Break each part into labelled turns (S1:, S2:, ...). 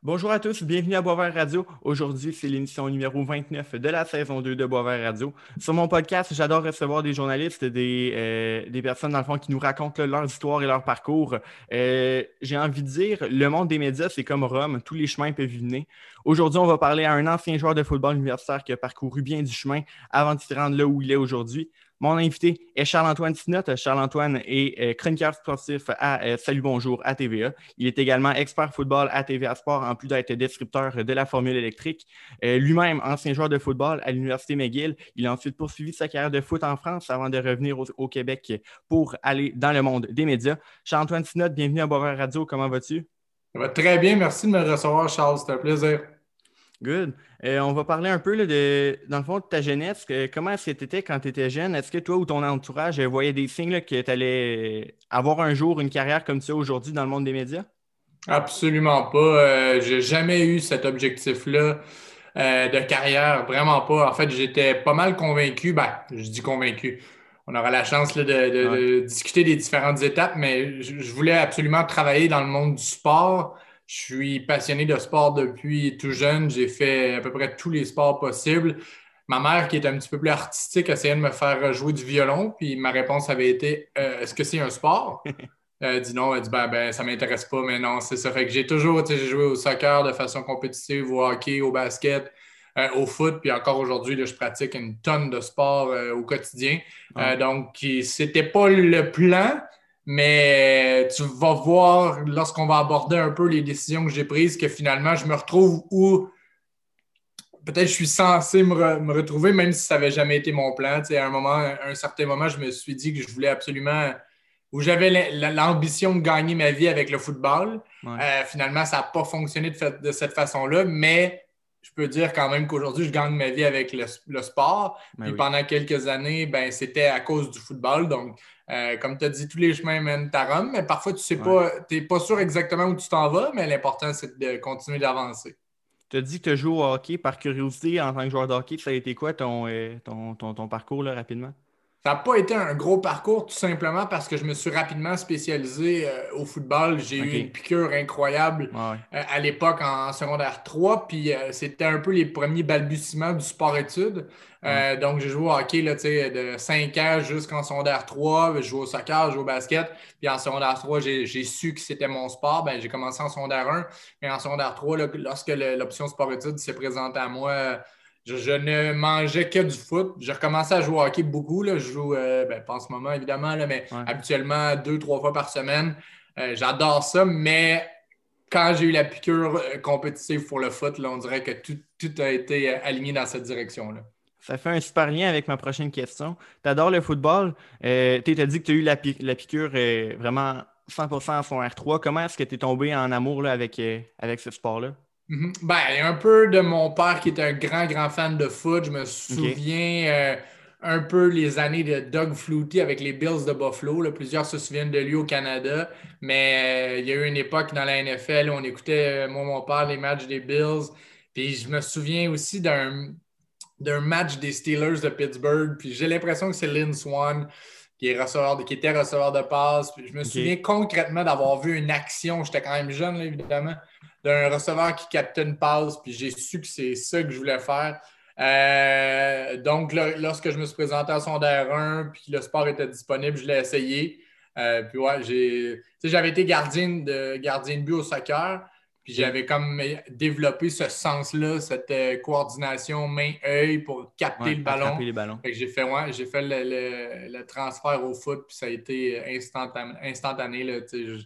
S1: Bonjour à tous, bienvenue à Boisvert Radio. Aujourd'hui, c'est l'émission numéro 29 de la saison 2 de Boisvert Radio. Sur mon podcast, j'adore recevoir des journalistes, des personnes dans le fond qui nous racontent là, leur histoire et leur parcours. J'ai envie de dire, le monde des médias, c'est comme Rome, tous les chemins peuvent y mener. Aujourd'hui, on va parler à un ancien joueur de football universitaire qui a parcouru bien du chemin avant de se rendre là où il est aujourd'hui. Mon invité est Charles-Antoine Sinotte. Charles-Antoine est chroniqueur sportif à Salut Bonjour à TVA. Il est également expert football à TVA Sport, en plus d'être descripteur de la formule électrique. Lui-même, ancien joueur de football à l'Université McGill, il a ensuite poursuivi sa carrière de foot en France avant de revenir au Québec pour aller dans le monde des médias. Charles-Antoine Sinotte, bienvenue à Boisvert Radio. Comment vas-tu?
S2: Ça va très bien, merci de me recevoir, Charles. C'est un plaisir.
S1: Good. On va parler un peu là, dans le fond, de ta jeunesse. Comment est-ce que tu étais quand tu étais jeune? Est-ce que toi ou ton entourage voyait des signes là, que tu allais avoir un jour une carrière comme ça aujourd'hui dans le monde des médias?
S2: Absolument pas. J'ai jamais eu cet objectif-là de carrière, vraiment pas. En fait, j'étais pas mal convaincu. Ben, je dis convaincu. On aura la chance là,
S1: Ouais.
S2: de discuter des différentes étapes, mais je voulais absolument travailler dans le monde du sport. Je suis passionné de sport depuis tout jeune. J'ai fait à peu près tous les sports possibles. Ma mère, qui est un petit peu plus artistique, essayait de me faire jouer du violon, puis ma réponse avait été est-ce que c'est un sport? Elle dit non, elle dit ben ça m'intéresse pas, mais non, c'est ça. Fait que j'ai toujours, tu sais, j'ai joué au soccer de façon compétitive, au hockey, au basket, au foot, puis encore aujourd'hui, là, je pratique une tonne de sport au quotidien.
S1: Ouais.
S2: Donc, c'était pas le plan, mais tu vas voir lorsqu'on va aborder un peu les décisions que j'ai prises que finalement, je me retrouve où peut-être je suis censé me retrouver, même si ça n'avait jamais été mon plan. Tu sais, à un certain moment, je me suis dit que je voulais absolument, où j'avais l'ambition de gagner ma vie avec le football.
S1: Ouais.
S2: Finalement, ça n'a pas fonctionné de cette façon-là, mais je peux dire quand même qu'aujourd'hui, je gagne ma vie avec le sport.
S1: Ben
S2: Puis
S1: oui.
S2: pendant quelques années, ben, c'était à cause du football. Donc, comme tu as dit, tous les chemins mènent à Rome, mais parfois, tu sais
S1: Ouais.
S2: pas, tu n'es pas sûr exactement où tu t'en vas, mais l'important, c'est de continuer d'avancer.
S1: Tu as dit que tu as joué au hockey par curiosité en tant que joueur de hockey. Ça a été quoi ton parcours là, rapidement?
S2: Ça n'a pas été un gros parcours tout simplement parce que je me suis rapidement spécialisé au football. J'ai eu une
S1: OK.
S2: piqûre incroyable
S1: Ouais.
S2: à l'époque en secondaire 3, puis c'était un peu les premiers balbutiements du sport-études.
S1: Ouais.
S2: Donc j'ai joué au hockey là, tu sais, de 5 ans jusqu'en secondaire 3. Je joué au soccer, je joué au basket. Puis en secondaire 3, j'ai su que c'était mon sport. Ben, j'ai commencé en secondaire 1, mais en secondaire 3, là, lorsque l'option sport-études s'est présentée à moi, je ne mangeais que du foot. J'ai recommencé à jouer au hockey beaucoup. Là. Je joue, ben, pas en ce moment évidemment, là, mais
S1: Ouais.
S2: habituellement 2, 3 fois par semaine. J'adore ça, mais quand j'ai eu la piqûre compétitive pour le foot, là, on dirait que tout a été aligné dans cette direction-là.
S1: Ça fait un super lien avec ma prochaine question. Tu adores le football. Tu as dit que tu as eu la piqûre vraiment 100% en son R3. Comment est-ce que tu es tombé en amour là, avec ce sport-là?
S2: Mhm. Ben, il y a un peu de mon père qui est un grand, grand fan de foot. Je me
S1: OK.
S2: souviens un peu les années de Doug Flutie avec les Bills de Buffalo. Là. Plusieurs se souviennent de lui au Canada. Mais il y a eu une époque dans la NFL où on écoutait, moi, mon père, les matchs des Bills. Puis je me souviens aussi d'un match des Steelers de Pittsburgh. Puis j'ai l'impression que c'est Lynn Swan qui était receveur de passe. Puis je me souviens
S1: OK.
S2: concrètement d'avoir vu une action. J'étais quand même jeune, là, évidemment, d'un receveur qui captait une passe. Puis j'ai su que c'est ça que je voulais faire. Donc, là, lorsque je me suis présenté à secondaire 1 puis le sport était disponible, je l'ai essayé. Puis ouais, j'avais été gardien de but au soccer. Puis
S1: OK.
S2: j'avais comme développé ce sens-là, cette coordination main-œil pour capter
S1: Ouais.
S2: le
S1: Attraper
S2: ballon.
S1: les ballons.
S2: Fait que j'ai fait le transfert au foot, puis ça a été instantané. Là,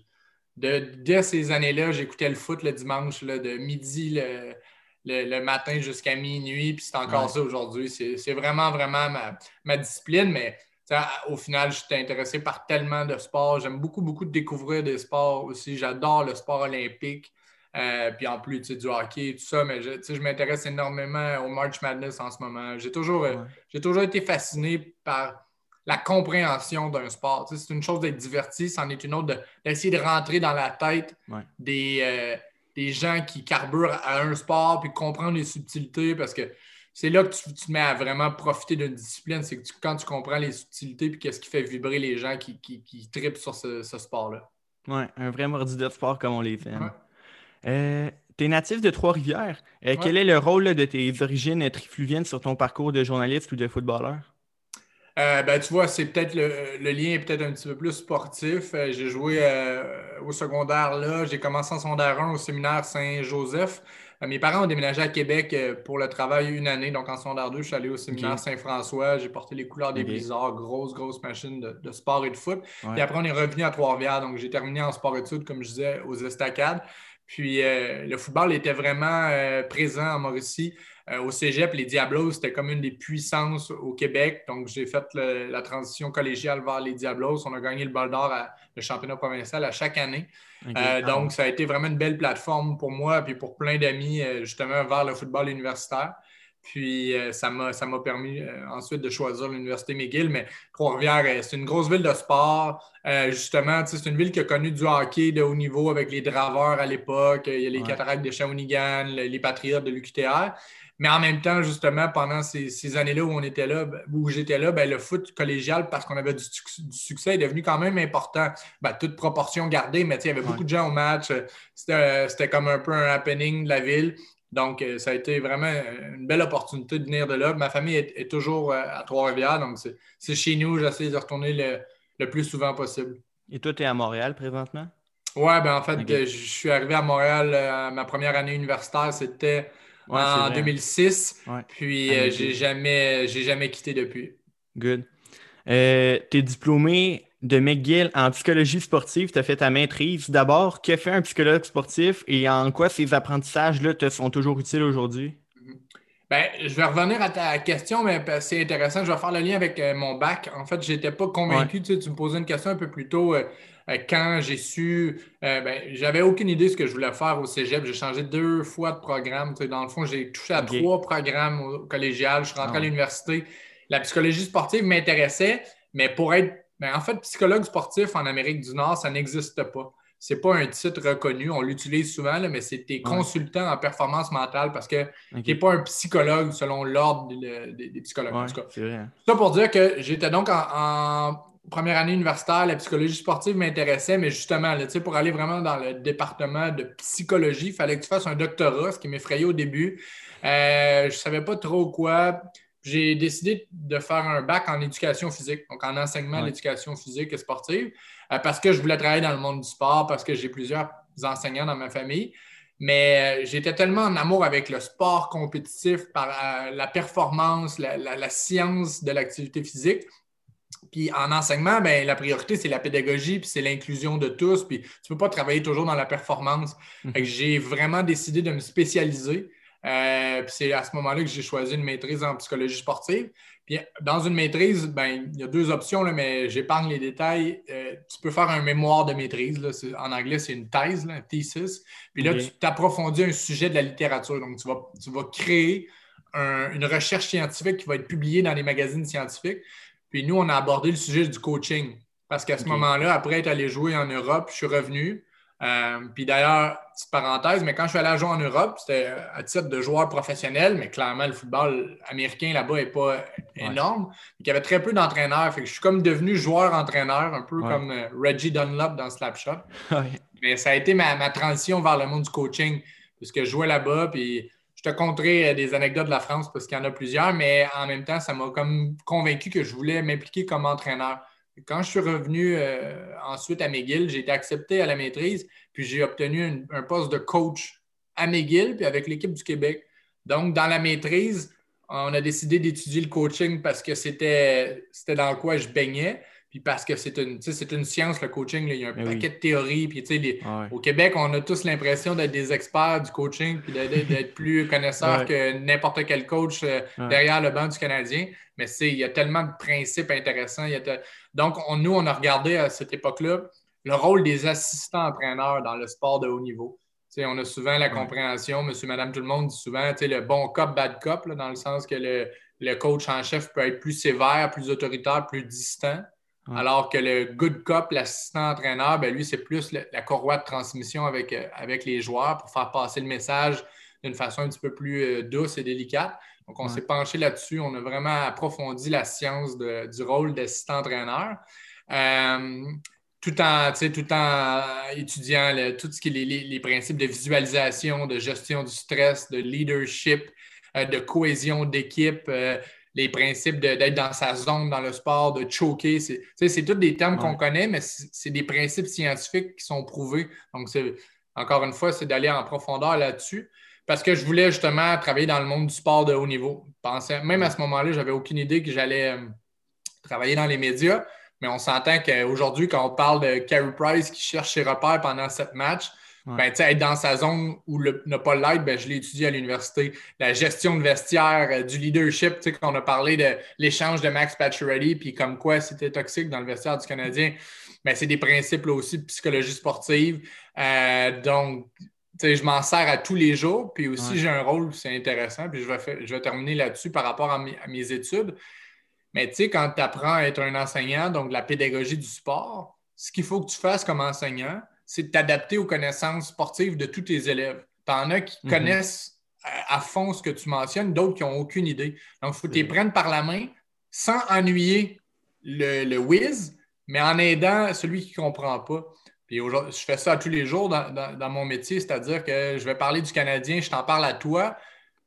S2: dès ces années-là, j'écoutais le foot le dimanche, là, de midi le matin jusqu'à minuit, puis c'est encore
S1: Ouais.
S2: ça aujourd'hui. C'est vraiment, vraiment ma discipline, mais au final, je suis intéressé par tellement de sports. J'aime beaucoup, beaucoup de découvrir des sports aussi. J'adore le sport olympique. Puis en plus, du hockey et tout ça, mais je m'intéresse énormément au March Madness en ce moment.
S1: Ouais.
S2: J'ai toujours été fasciné par la compréhension d'un sport. C'est une chose d'être diverti, c'en est une autre d'essayer de rentrer dans la tête
S1: Ouais.
S2: des, euh, des gens qui carburent à un sport, puis comprendre les subtilités, parce que c'est là que tu te mets à vraiment profiter d'une discipline. C'est que quand tu comprends les subtilités, puis qu'est-ce qui fait vibrer les gens qui tripent sur ce sport-là.
S1: Ouais. Un vrai mordu de sport comme on les aime.
S2: Ouais.
S1: Tu es natif de Trois-Rivières.
S2: Ouais.
S1: Quel est le rôle là, de tes origines trifluviennes sur ton parcours de journaliste ou de footballeur?
S2: Ben, tu vois, c'est peut-être le lien est peut-être un petit peu plus sportif. J'ai joué au secondaire là. J'ai commencé en secondaire 1 au séminaire Saint-Joseph. Mes parents ont déménagé à Québec pour le travail une année. Donc, en secondaire 2, je suis allé au séminaire
S1: OK.
S2: Saint-François. J'ai porté les couleurs des
S1: OK.
S2: Blizzards, grosse machine de sport et de foot. Puis
S1: Ouais.
S2: après, on est revenu à Trois-Rivières. Donc, j'ai terminé en sport-études, comme je disais, aux Estacades. Puis, le football était vraiment présent en Mauricie. Au Cégep, les Diablos, c'était comme une des puissances au Québec. Donc, j'ai fait la transition collégiale vers les Diablos. On a gagné le bol d'or, le championnat provincial à chaque année.
S1: OK. Ah ouais.
S2: Donc, ça a été vraiment une belle plateforme pour moi et pour plein d'amis, justement, vers le football universitaire. Puis, ça m'a permis ensuite de choisir l'Université McGill. Mais Trois-Rivières, c'est une grosse ville de sport. Justement, c'est une ville qui a connu du hockey de haut niveau avec les Draveurs à l'époque. Il y a les
S1: Ouais.
S2: Cataractes de Shawinigan, les Patriotes de l'UQTR. Mais en même temps, justement, pendant ces années-là où on était là, où j'étais là, le foot collégial, parce qu'on avait du succès, est devenu quand même important. Toute proportion gardée, mais il y avait
S1: Ouais.
S2: beaucoup de gens au match. C'était comme un peu un happening de la ville. Donc, ça a été vraiment une belle opportunité de venir de là. Ma famille est toujours à Trois-Rivières, donc c'est chez nous. J'essaie de retourner le plus souvent possible.
S1: Et toi, tu es à Montréal présentement?
S2: Ouais, en fait,
S1: OK.
S2: je suis arrivé à Montréal, ma première année universitaire, c'était
S1: Ouais, c'est
S2: en
S1: vrai, hein?
S2: 2006.
S1: Ouais.
S2: Puis,
S1: À McGill.
S2: j'ai jamais quitté depuis.
S1: Good. Tu es diplômé de McGill en psychologie sportive. Tu as fait ta maîtrise. D'abord, que fait un psychologue sportif et en quoi ces apprentissages-là te sont toujours utiles aujourd'hui?
S2: Mhm. Je vais revenir à ta question, mais c'est intéressant. Je vais faire le lien avec mon bac. En fait, je n'étais pas
S1: Ouais.
S2: convaincu. Tu me posais une question un peu plus tôt. Quand j'ai su, j'avais aucune idée de ce que je voulais faire au cégep. J'ai changé 2 fois de programme. Dans le fond, j'ai touché à
S1: OK.
S2: 3 programmes au collégial. Je suis
S1: Ah
S2: rentré à
S1: ouais.
S2: l'université. La psychologie sportive m'intéressait, mais pour être, en fait, psychologue sportif en Amérique du Nord, ça n'existe pas. C'est pas un titre reconnu. On l'utilise souvent, là, mais c'est tes
S1: Ouais.
S2: consultants en performance mentale parce que tu n'es
S1: OK.
S2: pas un psychologue selon l'ordre des psychologues. En
S1: Ouais,
S2: tout cas,
S1: c'est vrai, hein?
S2: tout ça pour dire que j'étais donc en première année universitaire, la psychologie sportive m'intéressait, mais justement, là, pour aller vraiment dans le département de psychologie, il fallait que tu fasses un doctorat, ce qui m'effrayait au début. Je ne savais pas trop quoi. J'ai décidé de faire un bac en éducation physique, donc en enseignement de
S1: Ouais.
S2: l'éducation physique et sportive, parce que je voulais travailler dans le monde du sport, parce que j'ai plusieurs enseignants dans ma famille. Mais j'étais tellement en amour avec le sport compétitif, par la performance, la science de l'activité physique. Puis en enseignement, la priorité, c'est la pédagogie, puis c'est l'inclusion de tous. Puis tu ne peux pas travailler toujours dans la performance. Fait que
S1: Mhm.
S2: j'ai vraiment décidé de me spécialiser. Puis c'est à ce moment-là que j'ai choisi une maîtrise en psychologie sportive. Puis dans une maîtrise, il y a 2 options, là, mais j'épargne les détails. Tu peux faire un mémoire de maîtrise. Là, en anglais, c'est une thèse, là, un thesis. Puis là, tu
S1: OK.
S2: t'approfondis un sujet de la littérature. Donc, tu vas créer une recherche scientifique qui va être publiée dans les magazines scientifiques. Puis nous, on a abordé le sujet du coaching. Parce qu'à ce
S1: OK.
S2: moment-là, après être allé jouer en Europe, je suis revenu. Puis d'ailleurs, petite parenthèse, mais quand je suis allé jouer en Europe, c'était à titre de joueur professionnel, mais clairement, le football américain là-bas n'est pas
S1: Ouais.
S2: énorme. Il y avait très peu d'entraîneurs. Fait que je suis comme devenu joueur-entraîneur, un peu
S1: Ouais.
S2: comme Reggie Dunlop dans Slapshot.
S1: Ouais.
S2: Mais ça a été ma transition vers le monde du coaching, puisque je jouais là-bas, puis je te conterai des anecdotes de la France, parce qu'il y en a plusieurs, mais en même temps, ça m'a comme convaincu que je voulais m'impliquer comme entraîneur. Quand je suis revenu ensuite à McGill, j'ai été accepté à la maîtrise, puis j'ai obtenu un poste de coach à McGill, puis avec l'équipe du Québec. Donc, dans la maîtrise, on a décidé d'étudier le coaching parce que c'était dans quoi je baignais. Puis parce que c'est une science, le coaching, là, il y a un
S1: Mais
S2: paquet
S1: oui.
S2: de théories. Puis
S1: Ouais.
S2: au Québec, on a tous l'impression d'être des experts du coaching puis d'être plus connaisseurs
S1: Ouais.
S2: que n'importe quel coach
S1: Ouais.
S2: derrière le banc du Canadien. Mais il y a tellement de principes intéressants. Donc, nous, on a regardé à cette époque-là le rôle des assistants entraîneurs dans le sport de haut niveau. On a souvent la
S1: Ouais.
S2: compréhension, monsieur, madame, tout le monde dit souvent le bon cop, bad cop, là, dans le sens que le coach en chef peut être plus sévère, plus autoritaire, plus distant.
S1: Ouais.
S2: Alors que le good cop, l'assistant entraîneur, lui, c'est plus la courroie de transmission avec les joueurs pour faire passer le message d'une façon un petit peu plus douce et délicate. Donc, on
S1: Ouais.
S2: s'est penché là-dessus. On a vraiment approfondi la science du rôle d'assistant entraîneur. Euh, tout en étudiant tout ce qui est les principes de visualisation, de gestion du stress, de leadership, de cohésion d'équipe, les principes d'être dans sa zone dans le sport, de choker. C'est tous des termes qu'on connaît, mais c'est des principes scientifiques qui sont prouvés. Donc, encore une fois, c'est d'aller en profondeur là-dessus. Parce que je voulais justement travailler dans le monde du sport de haut niveau. Même à ce moment-là, je n'avais aucune idée que j'allais travailler dans les médias. Mais on s'entend qu'aujourd'hui, quand on parle de Carey Price qui cherche ses repères pendant 7 matchs, être dans sa zone ou ne pas l'être, je l'ai étudié à l'université. La gestion de vestiaire, du leadership, qu'on a parlé de l'échange de Max Pacioretty, puis comme quoi c'était toxique dans le vestiaire du Canadien, c'est des principes là, aussi de psychologie sportive. Donc, je m'en sers à tous les jours, puis aussi j'ai un rôle, c'est intéressant, puis je vais terminer là-dessus par rapport à mes études. Mais quand tu apprends à être un enseignant, donc de la pédagogie du sport, ce qu'il faut que tu fasses comme enseignant, c'est de t'adapter aux connaissances sportives de tous tes élèves. Tu en as qui connaissent à fond ce que tu mentionnes, d'autres qui n'ont aucune idée. Donc, il faut que tu les prennes par la main sans ennuyer le whiz, mais en aidant celui qui ne comprend pas. Puis aujourd'hui, je fais ça tous les jours dans mon métier, c'est-à-dire que je vais parler du Canadien, je t'en parle à toi.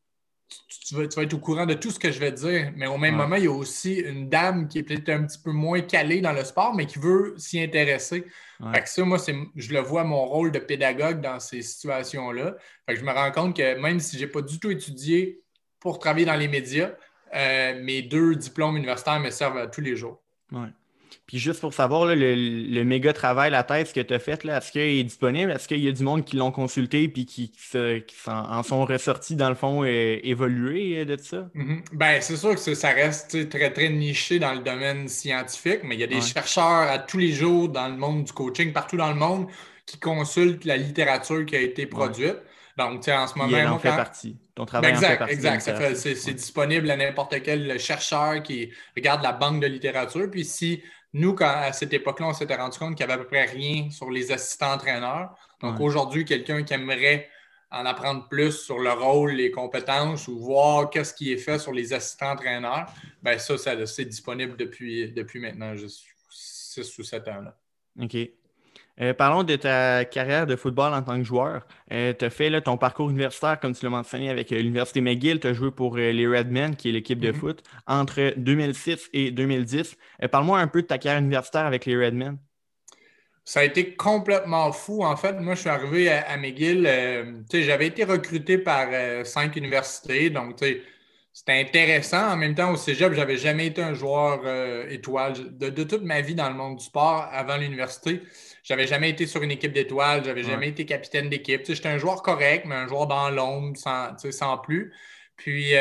S2: Tu vas être au courant de tout ce que je vais te dire. Mais au même moment, il y a aussi une dame qui est peut-être un petit peu moins calée dans le sport, mais qui veut s'y intéresser. Fait que ça, moi, je le vois mon rôle de pédagogue dans ces situations-là. Fait que je me rends compte que même si je n'ai pas du tout étudié pour travailler dans les médias, mes 2 diplômes universitaires me servent à tous les jours.
S1: Ouais. Puis juste pour savoir, là, le méga travail, la thèse que tu as faite, est-ce qu'il est disponible? Est-ce qu'il y a du monde qui l'ont consulté et qui en sont ressortis, dans le fond, évolués de ça?
S2: C'est sûr que ça reste très, très niché dans le domaine scientifique, mais il y a des chercheurs à tous les jours dans le monde du coaching, partout dans le monde, qui consultent la littérature qui a été produite. Donc, en ce moment,
S1: elle en fait partie. Ton travail en fait partie.
S2: Exact. C'est disponible à n'importe quel chercheur qui regarde la banque de littérature. Puis si nous, à cette époque-là, on s'était rendu compte qu'il n'y avait à peu près rien sur les assistants-entraîneurs. Donc aujourd'hui, quelqu'un qui aimerait en apprendre plus sur le rôle, les compétences ou voir qu'est-ce qui est fait sur les assistants-entraîneurs, ça c'est disponible depuis maintenant, juste 6 ou 7 ans. Là.
S1: OK. Parlons de ta carrière de football en tant que joueur. Tu as fait là, ton parcours universitaire, comme tu l'as mentionné, avec l'Université McGill. Tu as joué pour les Redmen, qui est l'équipe de foot, entre 2006 et 2010. Parle-moi un peu de ta carrière universitaire avec les Redmen.
S2: Ça a été complètement fou. En fait, moi, je suis arrivé à McGill. J'avais été recruté par 5 universités. Donc, c'était intéressant. En même temps, au cégep, je n'avais jamais été un joueur étoile. De toute ma vie dans le monde du sport, avant l'université, je n'avais jamais été sur une équipe d'étoiles. Je n'avais jamais été capitaine d'équipe. J'étais un joueur correct, mais un joueur dans l'ombre, sans plus. Puis,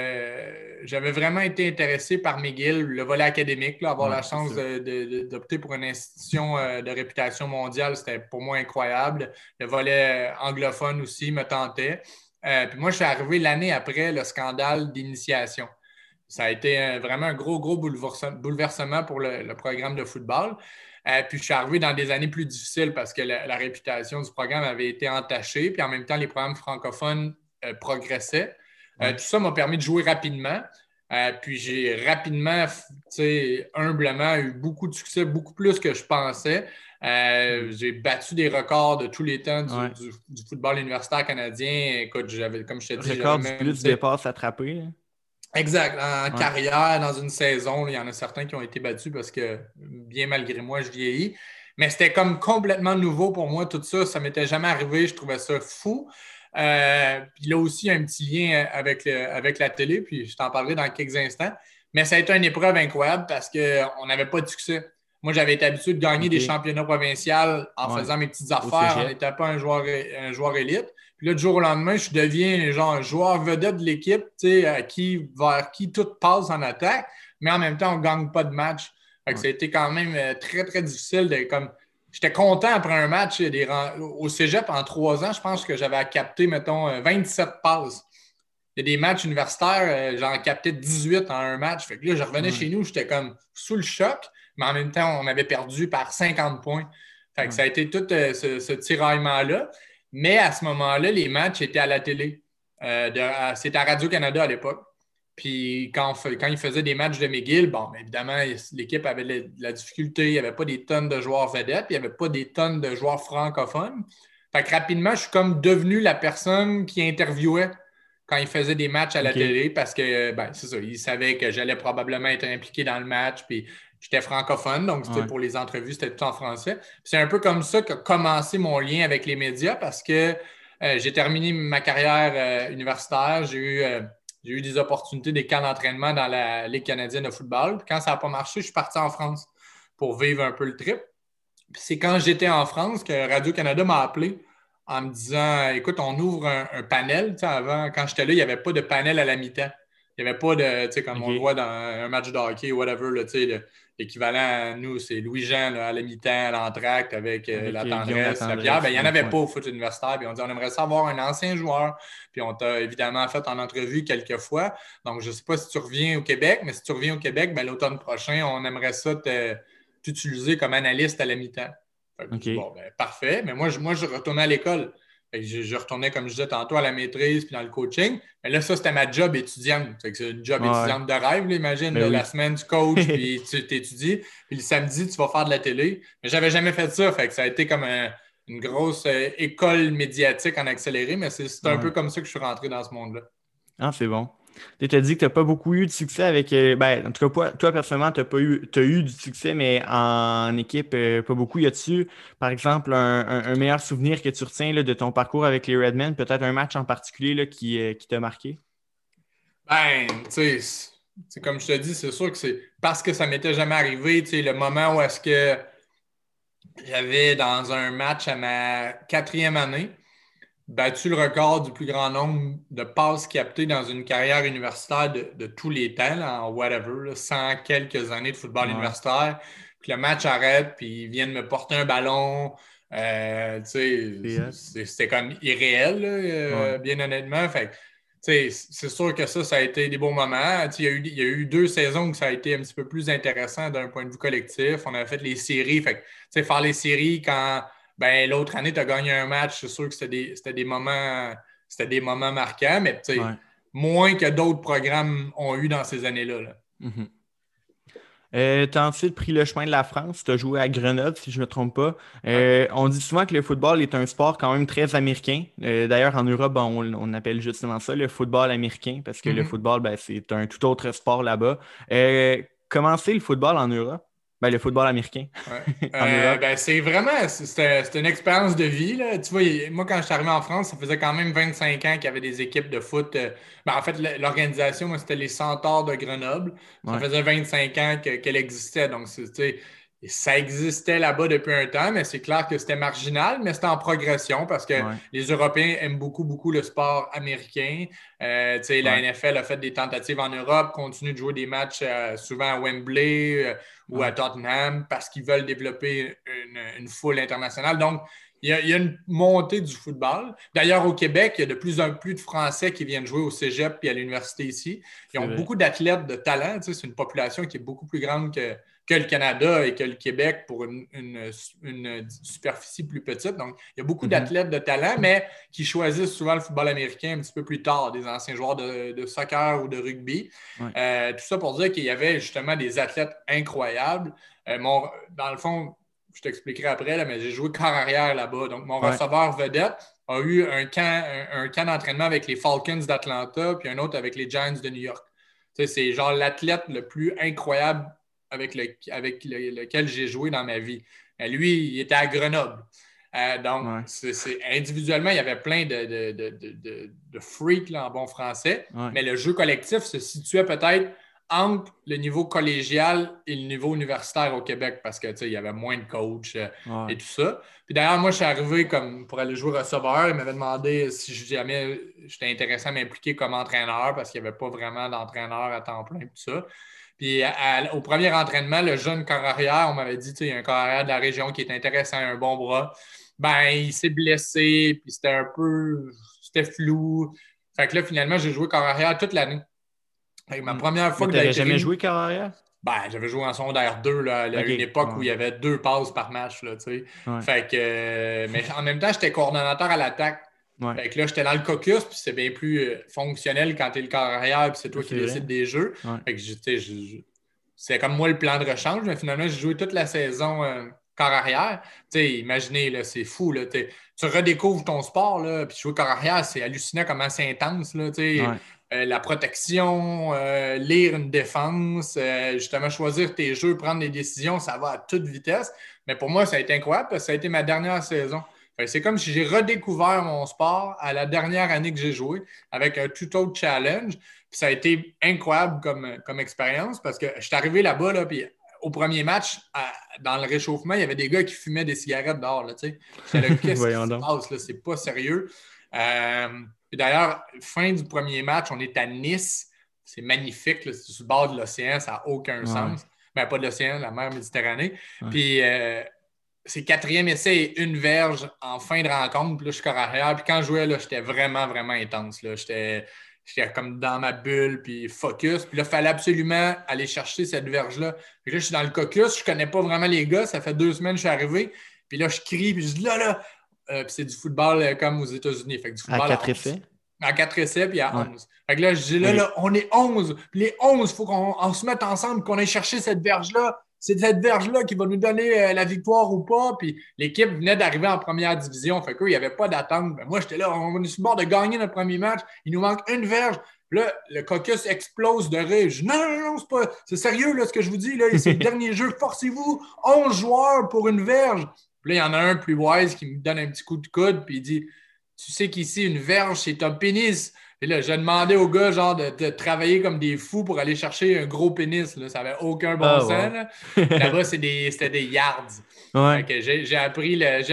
S2: j'avais vraiment été intéressé par McGill, le volet académique, là, avoir la chance d'opter pour une institution de réputation mondiale, c'était pour moi incroyable. Le volet anglophone aussi me tentait. Puis moi, je suis arrivé l'année après le scandale d'initiation. Ça a été vraiment un gros bouleversement pour le programme de football. Puis je suis arrivé dans des années plus difficiles parce que la réputation du programme avait été entachée. Puis en même temps, les programmes francophones progressaient. Tout ça m'a permis de jouer rapidement. Puis j'ai rapidement, humblement, eu beaucoup de succès, beaucoup plus que je pensais. J'ai battu des records de tous les temps du football universitaire canadien. Écoute, comme je te dis,
S1: record du plus de passes attrapées.
S2: Exact. En carrière, dans une saison, il y en a certains qui ont été battus parce que, bien malgré moi, je vieillis. Mais c'était comme complètement nouveau pour moi, tout ça. Ça ne m'était jamais arrivé. Je trouvais ça fou. Puis là aussi, il y a un petit lien avec la télé, puis je t'en parlerai dans quelques instants. Mais ça a été une épreuve incroyable parce qu'on n'avait pas de succès. Moi, j'avais été habitué de gagner des championnats provinciaux en faisant mes petites affaires, en n'étant pas un joueur élite. Puis là, du jour au lendemain, je deviens genre un joueur vedette de l'équipe, vers qui tout passe en attaque, mais en même temps, on ne gagne pas de match. Fait que ça a été quand même très, très difficile de J'étais content après un match au cégep en 3 ans. Je pense que j'avais capté, mettons, 27 passes. Il y a des matchs universitaires, j'en captais 18 en un match. Fait que là, je revenais chez nous, j'étais comme sous le choc, mais en même temps, on avait perdu par 50 points. Fait que ça a été tout ce tiraillement-là. Mais à ce moment-là, les matchs étaient à la télé. C'était à Radio-Canada à l'époque. Puis quand il faisait des matchs de McGill, bon, bien évidemment, l'équipe avait de la difficulté. Il n'y avait pas des tonnes de joueurs vedettes, puis il n'y avait pas des tonnes de joueurs francophones. Fait que rapidement, je suis comme devenu la personne qui interviewait quand il faisait des matchs à la
S1: OK.
S2: télé parce que, ben, c'est ça, il savait que j'allais probablement être impliqué dans le match, puis j'étais francophone, donc
S1: Ouais.
S2: pour les entrevues, c'était tout en français. Puis c'est un peu comme ça qu'a commencé mon lien avec les médias parce que j'ai terminé ma carrière universitaire, j'ai eu des opportunités, des camps d'entraînement dans la Ligue canadienne de football. Puis quand ça n'a pas marché, je suis parti en France pour vivre un peu le trip. Puis c'est quand j'étais en France que Radio-Canada m'a appelé en me disant écoute, on ouvre un panel. Tu sais, avant, quand j'étais là, il n'y avait pas de panel à la mi-temps. Il n'y avait pas de, tu sais, comme on le
S1: OK.
S2: voit dans un match de hockey ou whatever, là, tu sais, l'équivalent à nous, c'est Louis-Jean là, à la mi-temps, à l'entracte avec
S1: Avec
S2: la
S1: Guillaume
S2: tendresse, la pierre.
S1: Latendresse.
S2: Ben, il n'y en avait
S1: Ouais.
S2: pas au foot universitaire. Puis on dit on aimerait savoir un ancien joueur. Puis on t'a évidemment fait en entrevue quelques fois. Donc, je ne sais pas si tu reviens au Québec, mais si tu reviens au Québec, ben, l'automne prochain, on aimerait ça t'utiliser comme analyste à la mi-temps. Fait que je dis,
S1: OK.
S2: bon, ben, parfait. Mais moi, je retournais à l'école. Je retournais, comme je disais tantôt, à la maîtrise puis dans le coaching. Mais là, ça, c'était ma job étudiante. Fait que c'est une job
S1: Ouais.
S2: étudiante de rêve, là, imagine.
S1: Ben
S2: Là, la
S1: oui.
S2: semaine, tu coaches puis tu t'étudies. Puis le samedi, tu vas faire de la télé. Mais j'avais jamais fait ça. Fait que ça a été comme une grosse école médiatique en accéléré. Mais c'est un peu
S1: Ouais.
S2: comme ça que je suis rentré dans ce monde-là.
S1: Ah, c'est bon. Tu t'as dit que tu n'as pas beaucoup eu de succès avec. Ben, en tout cas, toi, personnellement, t'as eu du succès, mais en équipe, pas beaucoup. Y a-tu, par exemple, un meilleur souvenir que tu retiens là, de ton parcours avec les Redmen? Peut-être un match en particulier là, qui t'a marqué?
S2: Ben, tu sais, comme je te dis, c'est sûr que c'est parce que ça m'était jamais arrivé. Tu sais, le moment où est-ce que j'avais dans un match à ma quatrième année battu le record du plus grand nombre de passes captées dans une carrière universitaire de tous les temps, là, en whatever, là, 100 quelques années de football
S1: Ouais.
S2: universitaire. Puis le match arrête, puis ils viennent me porter un ballon. Tu sais,
S1: C'est hot.
S2: c'était comme irréel, là,
S1: Ouais.
S2: bien honnêtement. Fait que, tu sais, c'est sûr que ça a été des beaux moments. Tu sais, il y a eu 2 saisons où ça a été un petit peu plus intéressant d'un point de vue collectif. On avait fait les séries. Fait que, tu sais, faire les séries quand ben, l'autre année, tu as gagné un match, c'est sûr que c'était des moments marquants, mais tu sais,
S1: Ouais.
S2: moins que d'autres programmes ont eu dans ces années-là. Là.
S1: Mhm. Tu as ensuite pris le chemin de la France, tu as joué à Grenoble, si je ne me trompe pas.
S2: Ouais.
S1: On dit souvent que le football est un sport quand même très américain. D'ailleurs, en Europe, ben, on appelle justement ça le football américain, parce que le
S2: Mhm.
S1: football, ben, c'est un tout autre sport là-bas. Comment c'est le football en Europe? Ben, le football américain
S2: Ouais.
S1: en Europe.
S2: Ben, c'est vraiment, c'était une expérience de vie. Là. Tu vois, moi, quand je suis arrivé en France, ça faisait quand même 25 ans qu'il y avait des équipes de foot. Ben, en fait, l'organisation, moi, c'était les Centaures de Grenoble. Ça
S1: Ouais,
S2: faisait 25 ans qu'elle existait. Donc, tu sais, ça existait là-bas depuis un temps, mais c'est clair que c'était marginal, mais c'était en progression parce que
S1: ouais,
S2: les Européens aiment beaucoup, beaucoup le sport américain. Tu sais, la
S1: ouais,
S2: NFL a fait des tentatives en Europe, continue de jouer des matchs souvent à Wembley. Ou à
S1: ouais,
S2: Tottenham parce qu'ils veulent développer une foule internationale. Donc, il y a une montée du football. D'ailleurs, au Québec, il y a de plus en plus de Français qui viennent jouer au cégep et à l'université ici. Ils
S1: c'est
S2: ont
S1: vrai.
S2: beaucoup d'athlètes de talent. Tu sais, c'est une population qui est beaucoup plus grande que le Canada et que le Québec pour une superficie plus petite. Donc, il y a beaucoup
S1: Mhm.
S2: d'athlètes de talent, mais qui choisissent souvent le football américain un petit peu plus tard, des anciens joueurs de soccer ou de rugby.
S1: Ouais,
S2: Tout ça pour dire qu'il y avait justement des athlètes incroyables. Dans le fond, je t'expliquerai après, là, mais j'ai joué corps arrière là-bas. Donc, mon
S1: ouais,
S2: receveur vedette a eu un camp d'entraînement avec les Falcons d'Atlanta, puis un autre avec les Giants de New York. Tu sais, c'est genre l'athlète le plus incroyable lequel j'ai joué dans ma vie. Lui, il était à Grenoble. Donc,
S1: ouais,
S2: individuellement, il y avait plein de freaks là, en bon français,
S1: ouais,
S2: mais le jeu collectif se situait peut-être entre le niveau collégial et le niveau universitaire au Québec parce que il y avait moins de coachs et
S1: ouais.
S2: tout ça. Puis d'ailleurs, moi, je suis arrivé comme pour aller jouer receveur. Il m'avait demandé si jamais j'étais intéressé à m'impliquer comme entraîneur parce qu'il n'y avait pas vraiment d'entraîneur à temps plein et tout ça. Puis au premier entraînement, le jeune corps arrière, on m'avait dit, il y a un corps arrière de la région qui est intéressant, un bon bras. Ben, il s'est blessé, puis c'était flou. Fait que là, finalement, j'ai joué corps arrière toute l'année. Ma
S1: Hmm.
S2: première
S1: Mais
S2: fois
S1: tu
S2: que
S1: n'avais
S2: d'être
S1: jamais
S2: ri,
S1: joué carrière?
S2: ben, j'avais joué en secondaire 2 là, à
S1: OK,
S2: une époque où
S1: ouais,
S2: il y avait 2 passes par match. Là, tu sais.
S1: ouais,
S2: Fait que, mais en même temps, j'étais coordonnateur à l'attaque.
S1: Ouais.
S2: Fait que là, j'étais dans le caucus, puis c'est bien plus fonctionnel quand tu es le corps arrière, puis c'est toi qui décides des jeux.
S1: Ouais.
S2: Fait que c'est comme moi le plan de rechange, mais finalement, j'ai joué toute la saison corps arrière. Tu sais, imaginez, là, c'est fou. Là, tu redécouvres ton sport, là, puis jouer corps arrière, c'est hallucinant comment c'est intense. Là,
S1: Ouais.
S2: la protection, lire une défense, justement choisir tes jeux, prendre des décisions, ça va à toute vitesse. Mais pour moi, ça a été incroyable parce que ça a été ma dernière saison. C'est comme si j'ai redécouvert mon sport à la dernière année que j'ai joué avec un tout autre challenge. Puis ça a été incroyable comme expérience parce que je suis arrivé là-bas, là, puis au premier match, dans le réchauffement, il y avait des gars qui fumaient des cigarettes dehors. Là, j'étais là, qu'est-ce qui se passe? Là? C'est pas sérieux. Puis d'ailleurs, fin du premier match, on est à Nice. C'est magnifique. Là, c'est sur le bord de l'océan, ça n'a aucun sens. Ben, pas de l'océan, la mer Méditerranée. Puis c'est quatrième essai et une verge en fin de rencontre. Puis là, je suis corps arrière. Puis quand je jouais, là, j'étais vraiment, vraiment intense. Là. J'étais comme dans ma bulle, puis focus. Puis là, il fallait absolument aller chercher cette verge-là. Puis là, je suis dans le caucus, je connais pas vraiment les gars. Ça fait 2 semaines que je suis arrivé. Puis là, je crie, puis je dis là. Puis c'est du football comme aux États-Unis. Fait que du football
S1: à 4 essais?
S2: À 4 essais, puis à 11. Fait que là, je dis là, on est 11. Puis les 11, il faut qu'on se mette ensemble, qu'on aille chercher cette verge-là. C'est cette verge-là qui va nous donner la victoire ou pas. Puis l'équipe venait d'arriver en première division. Fait qu'eux, il n'y avait pas d'attente. Ben, moi, j'étais là, on est sur le bord de gagner notre premier match. Il nous manque une verge. Puis là, le caucus explose de rire. Je dis non, c'est sérieux là, ce que je vous dis. Là, c'est le dernier jeu. Forcez-vous. 11 joueurs pour une verge. Puis là, il y en a un plus wise qui me donne un petit coup de coude. Puis il dit tu sais qu'ici, une verge, c'est un pénis. Et là, j'ai demandé aux gars genre, de travailler comme des fous pour aller chercher un gros pénis. Là. Ça n'avait aucun bon sens. Là. Là-bas, c'était des yards.
S1: Ouais.
S2: J'ai appris la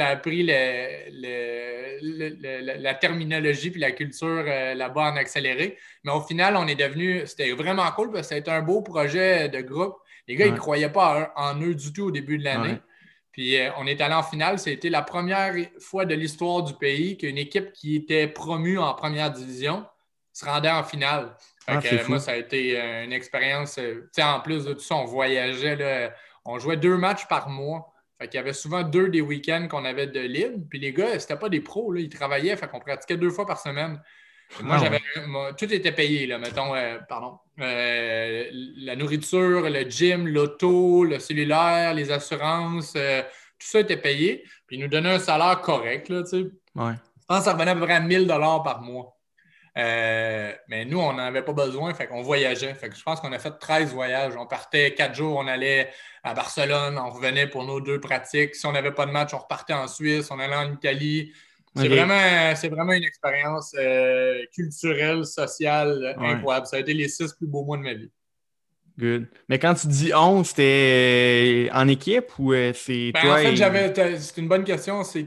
S2: terminologie et la culture là-bas en accéléré. Mais au final, c'était vraiment cool parce que c'était un beau projet de groupe. Les gars, ils ne croyaient pas en eux du tout au début de l'année.
S1: Ouais.
S2: Puis on est allé en finale. C'était la première fois de l'histoire du pays qu'une équipe qui était promue en première division se rendait en finale. Moi, ça a été une expérience. En plus de tout ça, on voyageait. Là, on jouait 2 matchs par mois. Il y avait souvent 2 des week-ends qu'on avait de libre. Puis les gars, c'était pas des pros. Là, ils travaillaient. Fait qu'on pratiquait 2 fois par semaine. Moi, tout était payé, là, mettons, la nourriture, le gym, l'auto, le cellulaire, les assurances, tout ça était payé. Puis ils nous donnaient un salaire correct, là, tu sais.
S1: Ouais.
S2: Je pense que ça revenait à peu près à 1 000 $ par mois. Mais nous, on n'en avait pas besoin, fait qu'on voyageait. Fait que je pense qu'on a fait 13 voyages. On partait 4 jours, on allait à Barcelone, on revenait pour nos 2 pratiques. Si on n'avait pas de match, on repartait en Suisse, on allait en Italie. C'est vraiment une expérience culturelle, sociale, incroyable. Ça a été les 6 plus beaux mois de ma vie.
S1: Good. Mais quand tu dis 11, c'était en équipe ou c'est toi?
S2: En fait, c'est une bonne question. C'est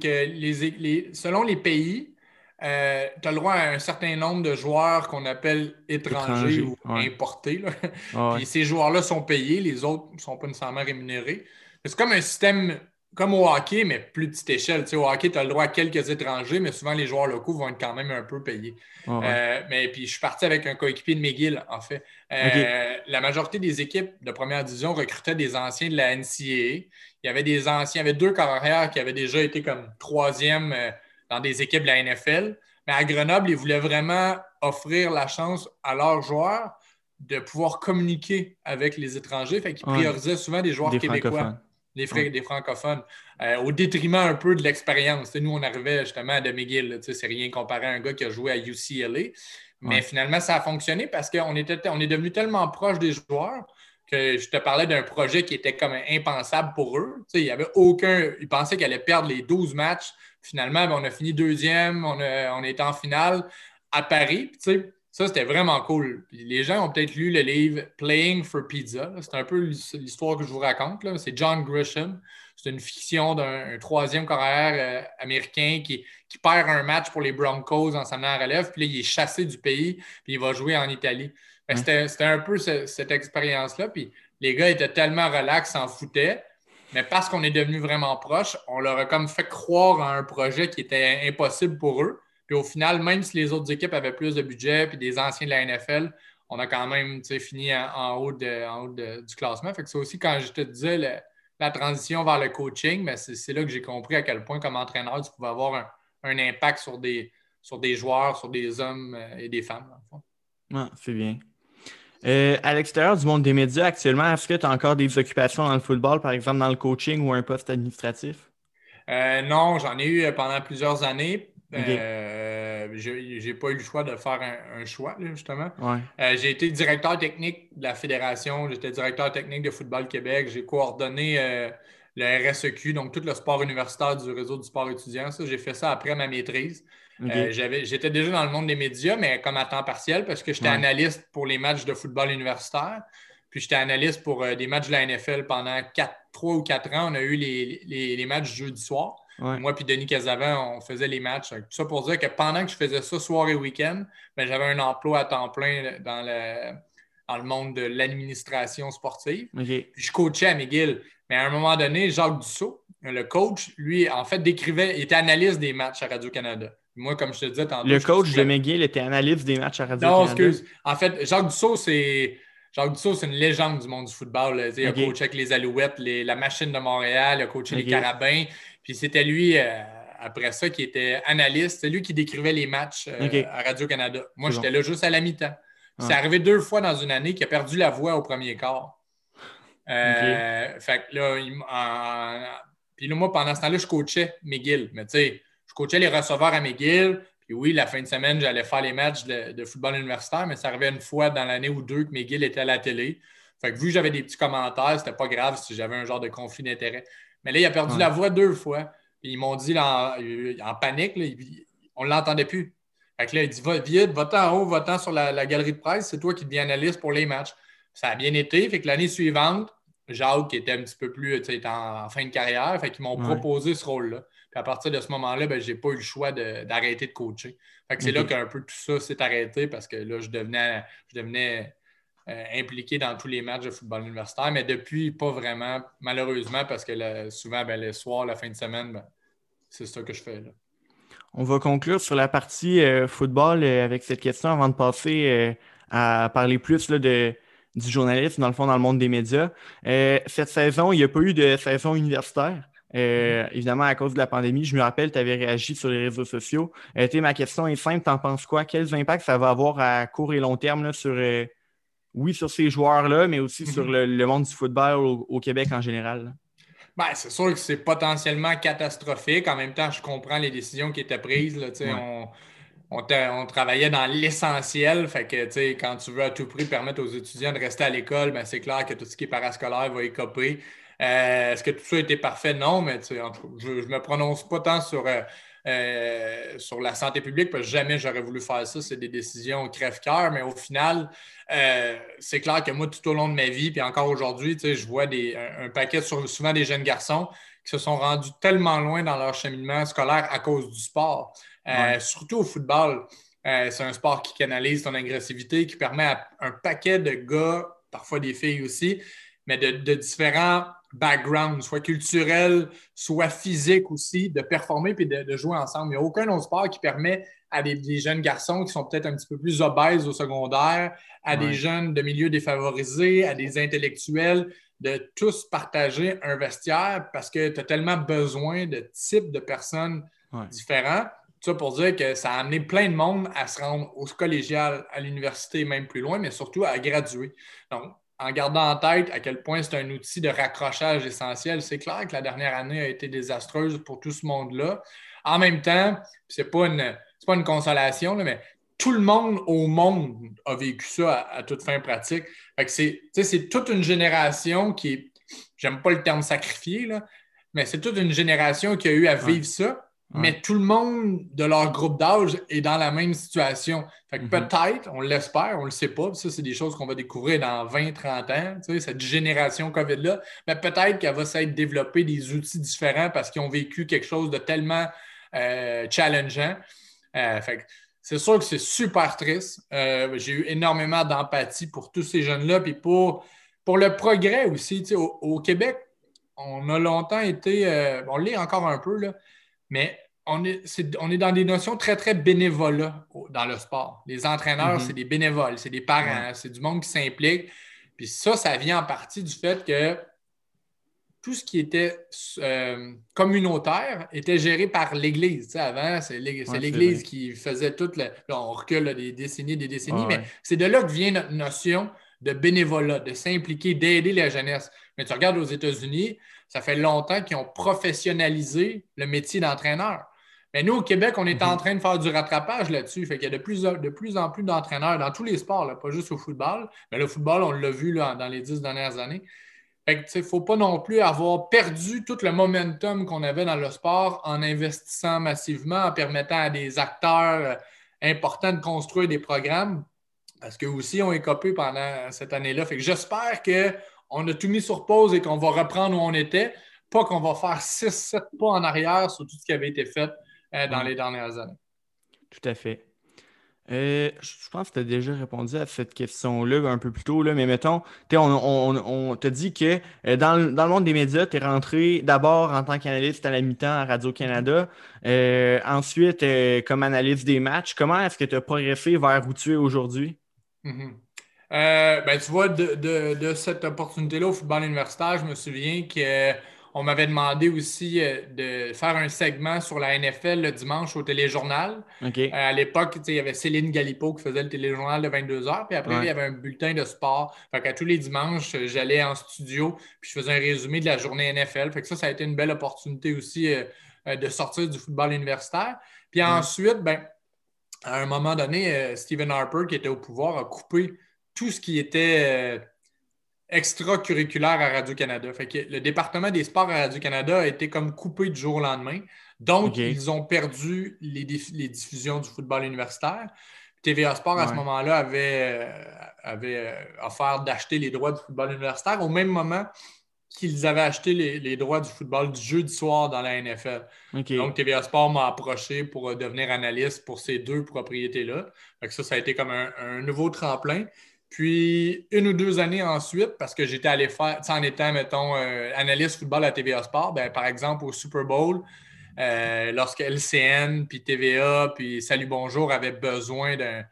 S2: que selon les pays, tu as le droit à un certain nombre de joueurs qu'on appelle étrangers ou importés. Puis ces joueurs-là sont payés, les autres ne sont pas nécessairement rémunérés. C'est comme un système comme au hockey, mais plus petite échelle. Au hockey, tu as le droit à quelques étrangers, mais souvent les joueurs locaux vont être quand même un peu payés. Mais puis je suis parti avec un coéquipier de McGill, en fait. La majorité des équipes de première division recrutaient des anciens de la NCAA. Il y avait des anciens, il y avait 2 carrières qui avaient déjà été comme 3e dans des équipes de la NFL. Mais à Grenoble, ils voulaient vraiment offrir la chance à leurs joueurs de pouvoir communiquer avec les étrangers. Fait qu'ils priorisaient souvent des joueurs québécois. Des francophones, au détriment un peu de l'expérience. Nous, on arrivait justement à de McGill. C'est rien comparé à un gars qui a joué à UCLA. Mais finalement, ça a fonctionné parce qu'on est devenu tellement proche des joueurs que je te parlais d'un projet qui était comme impensable pour eux. Il y avait aucun... Ils pensaient qu'ils allaient perdre les 12 matchs. Finalement, on a fini 2e. On était en finale à Paris. Ça, c'était vraiment cool. Puis les gens ont peut-être lu le livre Playing for Pizza. C'est un peu l'histoire que je vous raconte. Là. C'est John Grisham. C'est une fiction d'un 3e carrière américain qui perd un match pour les Broncos en s'en menant à la relève. Puis là, il est chassé du pays. Puis il va jouer en Italie. C'était un peu cette expérience-là. Puis les gars étaient tellement relax, s'en foutaient. Mais parce qu'on est devenus vraiment proches, on leur a comme fait croire à un projet qui était impossible pour eux. Puis au final, même si les autres équipes avaient plus de budget puis des anciens de la NFL, on a quand même fini en haut du classement. Fait que c'est aussi quand je te disais la transition vers le coaching, mais c'est là que j'ai compris à quel point, comme entraîneur, tu pouvais avoir un impact sur des sur des joueurs, sur des hommes et des femmes, dans le fond.
S1: Ah, c'est bien. À l'extérieur du monde des médias, actuellement, est-ce que tu as encore des occupations dans le football, par exemple dans le coaching ou un poste administratif?
S2: Non, j'en ai eu pendant plusieurs années.
S1: OK.
S2: J'ai pas eu le choix de faire un choix, là, justement.
S1: Ouais.
S2: J'ai été directeur technique de la fédération. J'étais directeur technique de Football Québec. J'ai coordonné le RSEQ, donc tout le sport universitaire du réseau du sport étudiant. Ça, j'ai fait ça après ma maîtrise.
S1: OK.
S2: J'étais déjà dans le monde des médias, mais comme à temps partiel, parce que j'étais
S1: Ouais.
S2: analyste pour les matchs de football universitaire. Puis j'étais analyste pour des matchs de la NFL pendant 3 ou 4 ans. On a eu les matchs jeudi soir.
S1: Ouais.
S2: Moi puis Denis Casavant, on faisait les matchs. Tout ça pour dire que pendant que je faisais ça soir et week-end, ben, j'avais un emploi à temps plein dans le monde de l'administration sportive.
S1: OK.
S2: Puis je coachais à McGill. Mais à un moment donné, Jacques Dussault, le coach, lui, en fait, il était analyste des matchs à Radio-Canada. Moi, comme je te disais tantôt,
S1: Le
S2: je
S1: coach de
S2: trouvais...
S1: McGill était analyste des matchs à
S2: Non,
S1: Radio-Canada.
S2: excuse. En fait, Jacques Dussault, c'est une légende du monde du football. Là. Il a
S1: OK.
S2: coaché avec les Alouettes, la Machine de Montréal, il a coaché les
S1: OK.
S2: Carabins. Puis c'était lui, après ça, qui était analyste. C'est lui qui décrivait les matchs
S1: OK.
S2: à Radio-Canada. Moi,
S1: C'est bon.
S2: j'étais là juste à la mi-temps. C'est
S1: Ouais.
S2: arrivé 2 fois dans une année qu'il a perdu la voix au premier quart.
S1: OK.
S2: Fait que là, puis là, moi, pendant ce temps-là, je coachais McGill. Mais tu sais, je coachais les receveurs à McGill. Puis oui, la fin de semaine, j'allais faire les matchs de football universitaire, mais ça arrivait une fois dans l'année ou deux que McGill était à la télé. Fait que vu que j'avais des petts commentaires, c'était pas grave si j'avais un genre de conflit d'intérêt. Mais là, il a perdu
S1: Ouais.
S2: la voix 2 fois. Puis ils m'ont dit là, en panique, là, on ne l'entendait plus. Fait que là, il dit va-t'en en haut, va-t'en sur la galerie de presse, c'est toi qui deviens analyste pour les matchs. Ça a bien été. Fait que l'année suivante, Jacques, qui était un petit peu plus en fin de carrière, fait qu'ils m'ont
S1: Ouais.
S2: proposé ce rôle-là. Puis à partir de ce moment-là, ben, je n'ai pas eu le choix d'arrêter de coacher. Fait que c'est là
S1: OK.
S2: qu'un peu tout ça s'est arrêté parce que là, je devenais impliqué dans tous les matchs de football universitaire, mais depuis, pas vraiment, malheureusement, parce que souvent, ben, les soirs, la fin de semaine, ben, c'est ça que je fais. Là.
S1: On va conclure sur la partie football avec cette question avant de passer à parler plus là, du journalisme, dans le fond, dans le monde des médias. Cette saison, il n'y a pas eu de saison universitaire. Évidemment, à cause de la pandémie, je me rappelle, tu avais réagi sur les réseaux sociaux. Ma question est simple, t'en penses quoi? Quels impacts ça va avoir à court et long terme là, sur ces joueurs-là, mais aussi sur le monde du football au Québec en général? Là?
S2: Ben, c'est sûr que c'est potentiellement catastrophique. En même temps, je comprends les décisions qui étaient prises. Là,
S1: Ouais.
S2: on travaillait dans l'essentiel. Fait que quand tu veux à tout prix permettre aux étudiants de rester à l'école, ben, c'est clair que tout ce qui est parascolaire va écoper. Est-ce que tout ça a été parfait? Non, mais je ne me prononce pas tant sur la santé publique parce que jamais j'aurais voulu faire ça. C'est des décisions crève-cœur, mais au final, c'est clair que moi, tout au long de ma vie, puis encore aujourd'hui, je vois un paquet, souvent des jeunes garçons qui se sont rendus tellement loin dans leur cheminement scolaire à cause du sport.
S1: Ouais.
S2: Surtout au football. C'est un sport qui canalise ton agressivité, qui permet à un paquet de gars, parfois des filles aussi, mais de différents backgrounds, soit culturels, soit physiques aussi, de performer et de jouer ensemble. Il n'y a aucun autre sport qui permet à des jeunes garçons qui sont peut-être un petit peu plus obèses au secondaire, à des
S1: Ouais.
S2: jeunes de milieux défavorisés, à des intellectuels, de tous partager un vestiaire parce que tu as tellement besoin de types de personnes
S1: Ouais.
S2: différents. Ça pour dire que ça a amené plein de monde à se rendre au collégial, à l'université, même plus loin, mais surtout à graduer. Donc, en gardant en tête à quel point c'est un outil de raccrochage essentiel, c'est clair que la dernière année a été désastreuse pour tout ce monde-là. En même temps, c'est pas une consolation, là, mais tout le monde au monde a vécu ça à toute fin pratique. Fait que c'est toute une génération qui est, j'aime pas le terme sacrifié, là, mais c'est toute une génération qui a eu à
S1: Ouais.
S2: vivre ça.
S1: Ouais.
S2: Mais tout le monde de leur groupe d'âge est dans la même situation. Fait que peut-être, on l'espère, on ne le sait pas, ça, c'est des choses qu'on va découvrir dans 20-30 ans, cette génération COVID-là, mais peut-être qu'elle va s'être développée des outils différents parce qu'ils ont vécu quelque chose de tellement challengeant. Fait que c'est sûr que c'est super triste. J'ai eu énormément d'empathie pour tous ces jeunes-là, puis pour le progrès aussi. Au Québec, on a longtemps été, on l'est encore un peu, là, mais on est dans des notions très, très bénévoles dans le sport. Les entraîneurs, c'est des bénévoles, c'est des parents,
S1: Ouais.
S2: c'est du monde qui s'implique. Puis ça vient en partie du fait que tout ce qui était communautaire était géré par l'Église. Tu sais, avant, c'est l'Église qui faisait tout. Là, on recule là, des décennies, mais c'est de là que vient notre notion de bénévolat, de s'impliquer, d'aider la jeunesse. Mais tu regardes aux États-Unis, ça fait longtemps qu'ils ont professionnalisé le métier d'entraîneur. Mais nous, au Québec, on est en train de faire du rattrapage là-dessus. Fait qu'il y a de plus en plus d'entraîneurs dans tous les sports, là, pas juste au football. Mais le football, on l'a vu là, dans les 10 dernières années. Fait que, il ne faut pas non plus avoir perdu tout le momentum qu'on avait dans le sport en investissant massivement, en permettant à des acteurs importants de construire des programmes. Parce qu'eux aussi ont écopé pendant cette année-là. Fait que j'espère qu'on a tout mis sur pause et qu'on va reprendre où on était, pas qu'on va faire 6-7 pas en arrière sur tout ce qui avait été fait dans les dernières années.
S1: Tout à fait. Je pense que tu as déjà répondu à cette question-là un peu plus tôt, là, mais mettons, on t'a dit que dans le monde des médias, tu es rentré d'abord en tant qu'analyste à la mi-temps à Radio-Canada, ensuite comme analyste des matchs. Comment est-ce que tu as progressé vers où tu es aujourd'hui?
S2: Ben, tu vois, de cette opportunité-là au football universitaire, je me souviens qu'on m'avait demandé aussi de faire un segment sur la NFL le dimanche au téléjournal.
S1: OK.
S2: À l'époque, il y avait Céline Galipo qui faisait le téléjournal de 22h, puis après, il y avait un bulletin de sport. Fait qu'à tous les dimanches, j'allais en studio, puis je faisais un résumé de la journée NFL. Fait que ça a été une belle opportunité aussi de sortir du football universitaire. Puis ensuite, ben, à un moment donné, Stephen Harper, qui était au pouvoir, a coupé tout ce qui était extracurriculaire à Radio-Canada. Fait que le département des sports à Radio-Canada a été comme coupé du jour au lendemain. Donc, ils ont perdu les diffusions du football universitaire. TVA Sport, à ce moment-là, avait offert d'acheter les droits du football universitaire au même moment qu'ils avaient acheté les droits du football du jeudi soir dans la NFL. Donc, TVA Sport m'a approché pour devenir analyste pour ces deux propriétés-là. Fait que ça a été comme un nouveau tremplin. Puis, 1 ou 2 années ensuite, parce que j'étais allé faire, en étant, mettons, analyste football à TVA Sport, ben, par exemple, au Super Bowl, lorsque LCN, puis TVA, puis Salut Bonjour avaient besoin d'un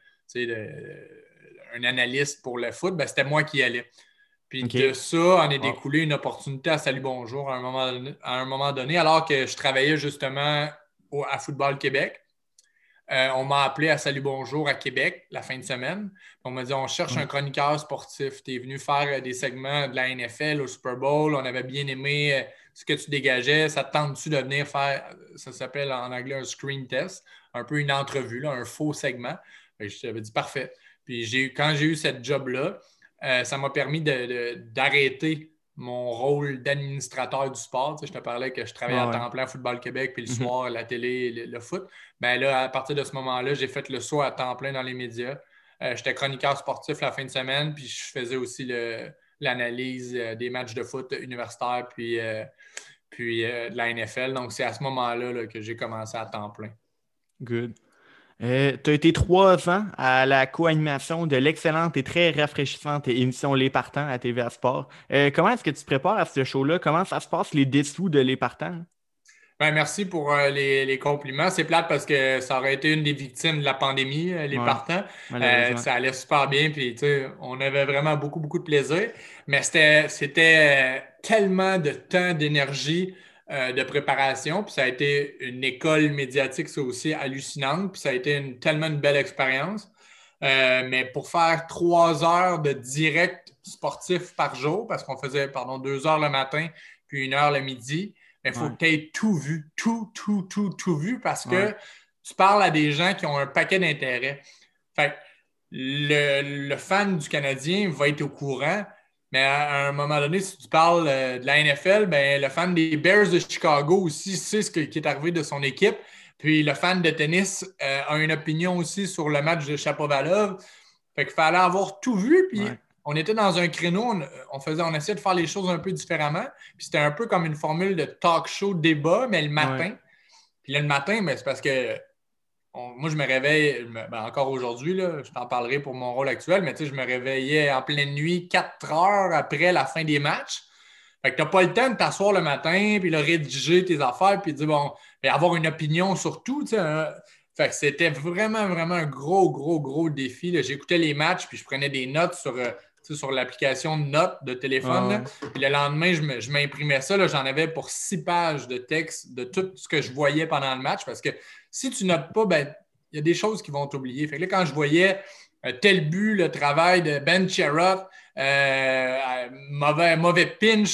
S2: analyste pour le foot, ben, c'était moi qui y allais. Puis de ça, en est découlé une opportunité à Salut Bonjour à un moment donné, alors que je travaillais justement à Football Québec. On m'a appelé à Salut Bonjour à Québec la fin de semaine. On m'a dit on cherche un chroniqueur sportif. Tu es venu faire des segments de la NFL au Super Bowl. On avait bien aimé ce que tu dégageais. Ça te tente-tu de venir faire, ça s'appelle en anglais un screen test, un peu une entrevue, là, un faux segment. Je t'avais dit parfait. Puis quand j'ai eu cette job-là, ça m'a permis d'arrêter mon rôle d'administrateur du sport. Tu sais, je te parlais que je travaillais à temps plein à Football Québec, puis le soir, la télé, le foot. Ben là, à partir de ce moment-là, j'ai fait le saut à temps plein dans les médias. J'étais chroniqueur sportif la fin de semaine, puis je faisais aussi l'analyse des matchs de foot universitaires, puis de la NFL. Donc, c'est à ce moment-là là, que j'ai commencé à temps plein.
S1: Good. Tu as été 3 ans à la co-animation de l'excellente et très rafraîchissante émission Les Partants à TVA Sport. Comment est-ce que tu te prépares à ce show-là? Comment ça se passe les dessous de Les Partants?
S2: Ben, merci pour les compliments. C'est plate parce que ça aurait été une des victimes de la pandémie, les partants. Ça allait super bien, puis on avait vraiment beaucoup, beaucoup de plaisir. Mais c'était tellement de temps, d'énergie, de préparation. Puis ça a été une école médiatique, ça aussi, hallucinante. Puis ça a été tellement une belle expérience. Mais pour faire 3 heures de direct sportif par jour, parce qu'on faisait, 2 heures le matin, puis 1 heure le midi, il faut que tu aies tout vu, tout vu, parce que tu parles à des gens qui ont un paquet d'intérêts. Fait que le fan du Canadien va être au courant, mais à un moment donné, si tu parles de la NFL, ben, le fan des Bears de Chicago aussi sait ce qui est arrivé de son équipe. Puis le fan de tennis a une opinion aussi sur le match de Shapovalov. Fait qu'il fallait avoir tout vu, puis on était dans un créneau, on essayait de faire les choses un peu différemment. Puis c'était un peu comme une formule de talk show débat, mais le matin. Puis là, le matin, c'est parce que moi, je me réveille, encore aujourd'hui, là, je t'en parlerai pour mon rôle actuel, mais je me réveillais en pleine nuit 4 heures après la fin des matchs. Fait que tu n'as pas le temps de t'asseoir le matin, puis de rédiger tes affaires, puis de dire, avoir une opinion sur tout, Fait que c'était vraiment, vraiment un gros défi. Là. J'écoutais les matchs, puis je prenais des notes sur sur l'application de notes de téléphone. Là. Puis le lendemain, je m'imprimais ça. Là, j'en avais pour 6 pages de texte de tout ce que je voyais pendant le match. Parce que si tu notes pas, ben il y a des choses qui vont t'oublier. Fait que là, quand je voyais tel but, le travail de Ben Sherratt, mauvais pinch,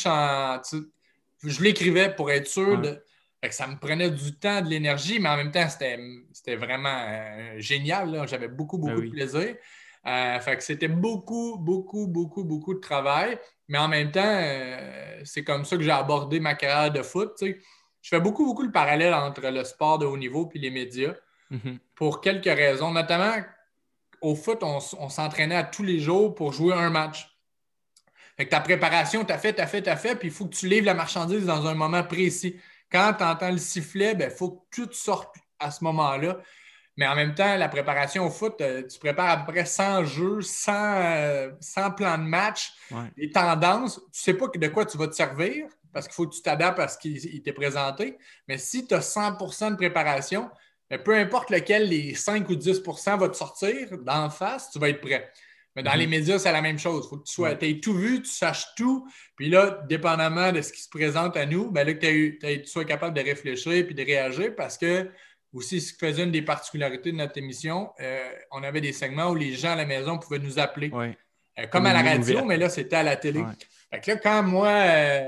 S2: je l'écrivais pour être sûr de. Fait que ça me prenait du temps, de l'énergie, mais en même temps, c'était vraiment génial. Là. J'avais beaucoup de plaisir. Fait que c'était beaucoup de travail. Mais en même temps, c'est comme ça que j'ai abordé ma carrière de foot. T'sais. Je fais beaucoup le parallèle entre le sport de haut niveau et les médias pour quelques raisons. Notamment, au foot, on s'entraînait à tous les jours pour jouer un match. Fait que ta préparation, t'as fait, puis il faut que tu livres la marchandise dans un moment précis. Quand tu entends le sifflet, il faut que tout sorte à ce moment-là. Mais en même temps, la préparation au foot, tu prépares à peu près 100 jeux, 100 plans de match, les tendances. Tu ne sais pas de quoi tu vas te servir parce qu'il faut que tu t'adaptes à ce qui t'est présenté. Mais si tu as 100% de préparation, peu importe lequel, les 5 ou 10% va te sortir d'en face, tu vas être prêt. Mais dans les médias, c'est la même chose. Il faut que tu aies tout vu, tu saches tout. Puis là, dépendamment de ce qui se présente à nous, là, que tu sois capable de réfléchir et de réagir parce que aussi, ce qui faisait une des particularités de notre émission, on avait des segments où les gens à la maison pouvaient nous appeler. Comme à la radio, mais là, c'était à la télé. Fait que là, quand moi,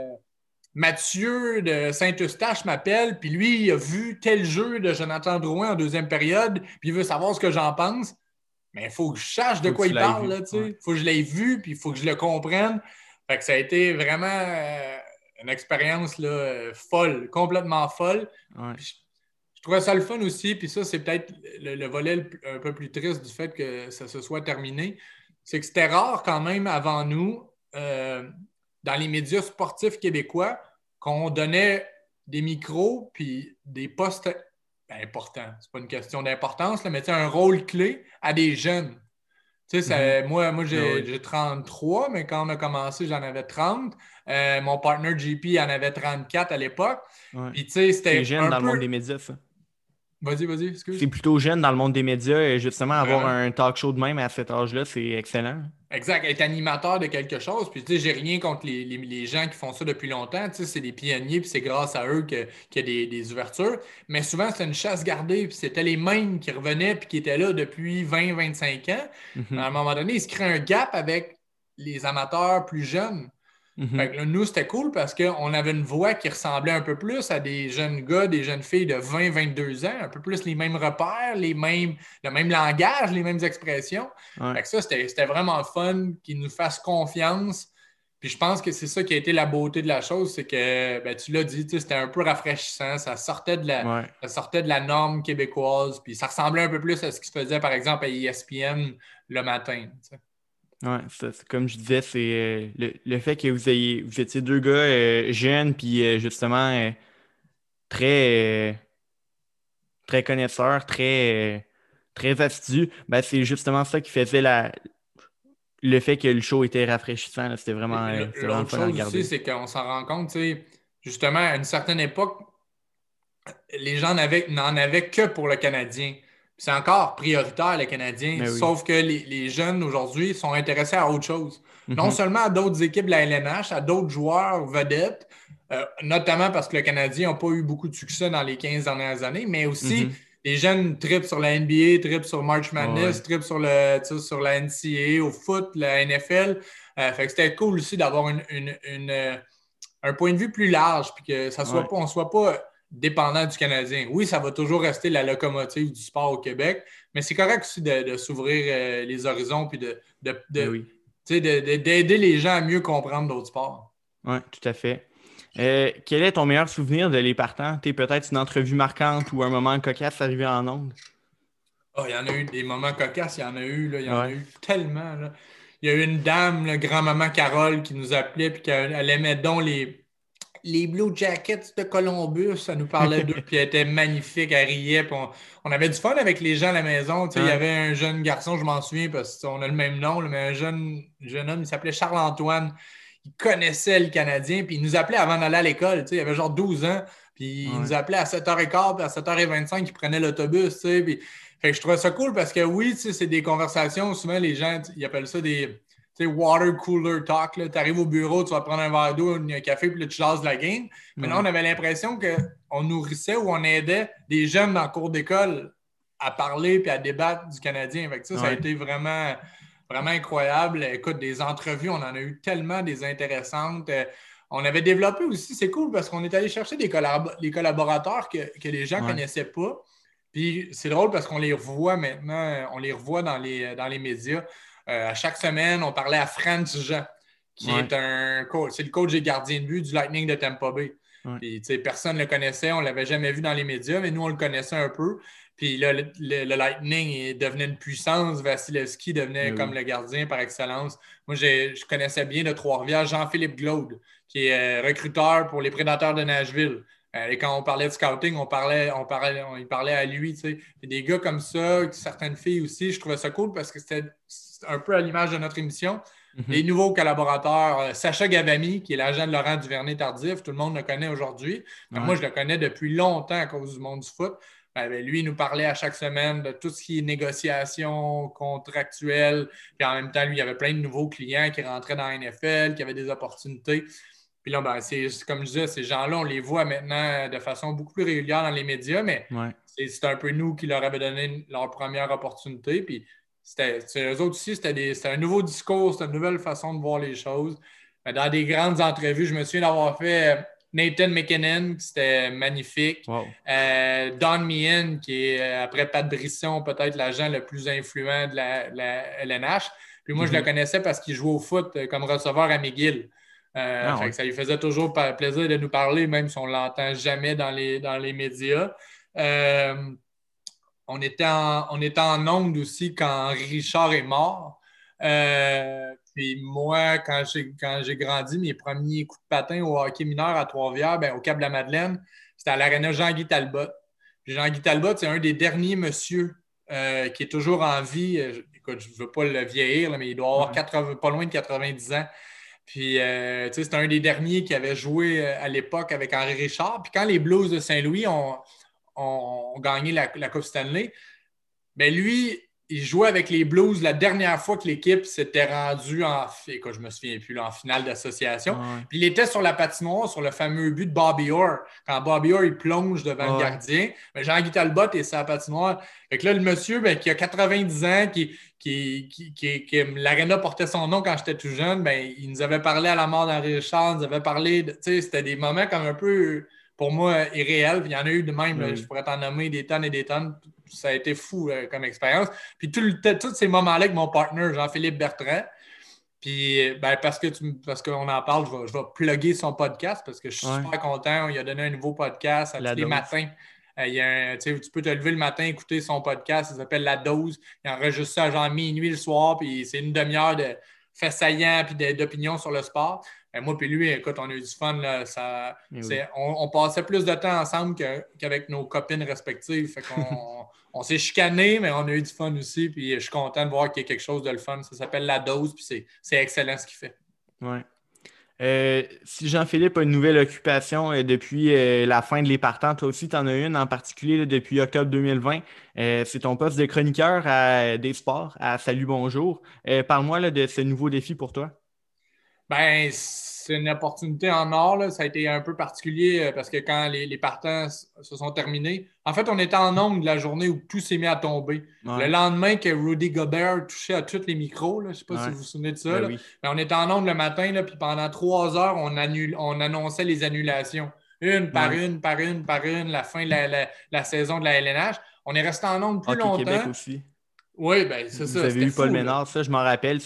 S2: Mathieu de Saint-Eustache m'appelle, puis lui, il a vu tel jeu de Jonathan Drouin en deuxième période, puis il veut savoir ce que j'en pense. Mais il faut que je sache de quoi il parle. Il faut que je l'aie vu, puis il faut que je le comprenne. Fait que ça a été vraiment une expérience là, folle, complètement folle. Je trouvais ça le fun aussi, puis ça, c'est peut-être le volet un peu plus triste du fait que ça se soit terminé. C'est que c'était rare quand même avant nous, dans les médias sportifs québécois, qu'on donnait des micros puis des postes importants. C'est pas une question d'importance, là, mais un rôle clé à des jeunes. Moi j'ai 33, mais quand on a commencé, j'en avais 30. Mon partner JP en avait 34 à l'époque. Puis, c'était
S1: jeune dans le monde des médias, ça.
S2: Vas-y, excuse.
S1: C'est plutôt jeune dans le monde des médias et justement, avoir un talk show de même à cet âge-là, c'est excellent.
S2: Exact, être animateur de quelque chose. Puis, j'ai rien contre les gens qui font ça depuis longtemps. C'est des pionniers, puis c'est grâce à eux qu'il y a des ouvertures. Mais souvent, c'était une chasse gardée, puis c'était les mêmes qui revenaient, puis qui étaient là depuis 20-25 ans. À un moment donné, il se crée un gap avec les amateurs plus jeunes. Fait que là, nous, c'était cool parce qu'on avait une voix qui ressemblait un peu plus à des jeunes gars, des jeunes filles de 20-22 ans, un peu plus les mêmes repères, le même langage, les mêmes expressions. Fait que ça, c'était vraiment fun qu'ils nous fassent confiance. Puis je pense que c'est ça qui a été la beauté de la chose, c'est que, tu l'as dit, c'était un peu rafraîchissant, ça sortait de la norme québécoise, puis ça ressemblait un peu plus à ce qui se faisait, par exemple, à ESPN le matin. T'sais.
S1: Oui, comme je disais, c'est le fait que vous étiez deux gars jeunes, puis justement très, très connaisseurs, très assidus, c'est justement ça qui faisait le fait que le show était rafraîchissant. C'était vraiment, vraiment
S2: l'autre
S1: fun à
S2: chose
S1: regarder.
S2: aussi, c'est qu'on s'en rend compte, justement, à une certaine époque, les gens n'en avaient que pour le Canadien. C'est encore prioritaire, le Canadien, sauf que les jeunes aujourd'hui sont intéressés à autre chose. Non seulement à d'autres équipes de la LNH, à d'autres joueurs vedettes, notamment parce que le Canadien n'a pas eu beaucoup de succès dans les 15 dernières années, mais aussi les jeunes trippent sur la NBA, trippent sur March Madness, trippent sur la NCAA, au foot, la NFL. Fait que c'était cool aussi d'avoir un point de vue plus large, puis que ça soit on ne soit pas dépendant du Canadien. Oui, ça va toujours rester la locomotive du sport au Québec, mais c'est correct aussi de s'ouvrir les horizons puis d'aider les gens à mieux comprendre d'autres sports.
S1: Oui, tout à fait. Quel est ton meilleur souvenir de Les Partants? Peut-être une entrevue marquante ou un moment cocasse arrivé en ondes?
S2: Oh, il y en a eu des moments cocasses, il y en a eu, là, il y en a eu tellement. Là. Il y a eu une dame, grand-maman Carole, qui nous appelait et qu'elle aimait donc les Blue Jackets de Columbus, ça nous parlait d'eux, puis elle était magnifique, elle riait, puis on avait du fun avec les gens à la maison. Il y avait un jeune garçon, je m'en souviens, parce qu'on a le même nom, là, mais un jeune homme, il s'appelait Charles-Antoine. Il connaissait le Canadien, puis il nous appelait avant d'aller à l'école. Il avait genre 12 ans, puis il nous appelait à 7h15, puis à 7h25, il prenait l'autobus. Puis... Fait que je trouvais ça cool parce que oui, c'est des conversations, souvent les gens, ils appellent ça des water cooler talk. Tu arrives au bureau, tu vas prendre un verre d'eau, un café, puis là, tu jases la game. Mais là, on avait l'impression qu'on nourrissait ou on aidait des jeunes dans le cours d'école à parler puis à débattre du Canadien. Fait que ça a été vraiment, vraiment incroyable. Écoute, des entrevues, on en a eu tellement des intéressantes. On avait développé aussi, c'est cool parce qu'on est allé chercher des collaborateurs que les gens ne connaissaient pas. Puis c'est drôle parce qu'on les revoit maintenant, on les revoit dans les médias. À chaque semaine, on parlait à Franz Jean, qui est c'est le coach des gardiens de but du Lightning de Tampa Bay. Puis, personne ne le connaissait, on ne l'avait jamais vu dans les médias, mais nous, on le connaissait un peu. Puis là, le Lightning devenait une puissance. Vasilevski devenait comme le gardien par excellence. Moi, je connaissais bien de Trois-Rivières Jean-Philippe Glaude, qui est recruteur pour les Prédateurs de Nashville. Et quand on parlait de scouting, il parlait à lui. T'sais. Et des gars comme ça, certaines filles aussi, je trouvais ça cool parce que c'était un peu à l'image de notre émission. Les nouveaux collaborateurs, Sacha Gavami, qui est l'agent de Laurent Duvernay-Tardif, tout le monde le connaît aujourd'hui. Moi, je le connais depuis longtemps à cause du monde du foot. Lui, il nous parlait à chaque semaine de tout ce qui est négociation contractuelle. Puis en même temps, lui, il y avait plein de nouveaux clients qui rentraient dans la NFL, qui avaient des opportunités. Puis là, comme je disais, ces gens-là, on les voit maintenant de façon beaucoup plus régulière dans les médias, mais c'est un peu nous qui leur avaient donné leur première opportunité. Puis eux autres aussi, c'était un nouveau discours, c'était une nouvelle façon de voir les choses. Mais dans des grandes entrevues, je me souviens d'avoir fait Nathan McKinnon, qui c'était magnifique.
S1: Wow.
S2: Don Meehan, qui est, après Pat Brisson, peut-être l'agent le plus influent de la LNH. Puis moi, je le connaissais parce qu'il jouait au foot comme receveur à McGill. Fait que ça lui faisait toujours plaisir de nous parler, même si on ne l'entend jamais dans les médias. On était en onde aussi quand Richard est mort. Puis moi, quand j'ai grandi, mes premiers coups de patin au hockey mineur à Trois-Rivières, au Cap-de-la-Madeleine, c'était à l'aréna Jean-Guy Talbot. Puis Jean-Guy Talbot, c'est un des derniers monsieur qui est toujours en vie. Écoute, je ne veux pas le vieillir, là, mais il doit avoir pas loin de 90 ans. Puis, c'est un des derniers qui avait joué à l'époque avec Henri Richard. Puis quand les Blues de Saint-Louis ont gagné la Coupe Stanley, lui, il jouait avec les Blues la dernière fois que l'équipe s'était rendue je me souviens plus, en finale d'association. Puis il était sur la patinoire, sur le fameux but de Bobby Orr. Quand Bobby Orr, il plonge devant le gardien, Jean-Guy Talbot est sur la patinoire. Fait que là, le monsieur qui a 90 ans, qui l'aréna portait son nom quand j'étais tout jeune, il nous avait parlé à la mort d'Henri Richard, il nous avait parlé, c'était des moments comme un peu, pour moi, irréels. Puis il y en a eu de même, je pourrais t'en nommer des tonnes et des tonnes. Ça a été fou comme expérience. Puis tous ces moments-là avec mon partner, Jean-Philippe Bertrand. Puis, parce qu'on en parle, je vais plugger son podcast parce que je suis super content. Il a donné un nouveau podcast tous les matins. Tu peux te lever le matin, écouter son podcast. Il s'appelle La Dose. Il enregistre ça à genre minuit le soir. Puis c'est une demi-heure de faits saillants et d'opinions sur le sport. Moi et lui, écoute, on a eu du fun. Là, on passait plus de temps ensemble qu'avec nos copines respectives. Fait qu'on on s'est chicanés, mais on a eu du fun aussi. Puis je suis content de voir qu'il y a quelque chose de le fun. Ça s'appelle La Dose, puis c'est excellent ce qu'il fait.
S1: Ouais. Si Jean-Philippe a une nouvelle occupation depuis la fin de Les Partants, toi aussi, tu en as une en particulier là, depuis octobre 2020. C'est ton poste de chroniqueur des sports à Salut Bonjour. Parle-moi là, de ce nouveau défi pour toi.
S2: C'est une opportunité en or. Là. Ça a été un peu particulier parce que quand les partants se sont terminés, en fait, on était en onde la journée où tout s'est mis à tomber. Le lendemain que Rudy Gobert touchait à tous les micros, je ne sais pas si vous vous souvenez de ça,
S1: oui.
S2: Mais on était en onde le matin, puis pendant 3 heures, on annonçait les annulations. Une par une, la fin de la saison de la LNH. On est resté en onde plus longtemps.
S1: Québec aussi.
S2: Oui, c'est
S1: vous
S2: ça.
S1: Vous avez eu Paul Ménard, ça, je m'en rappelle.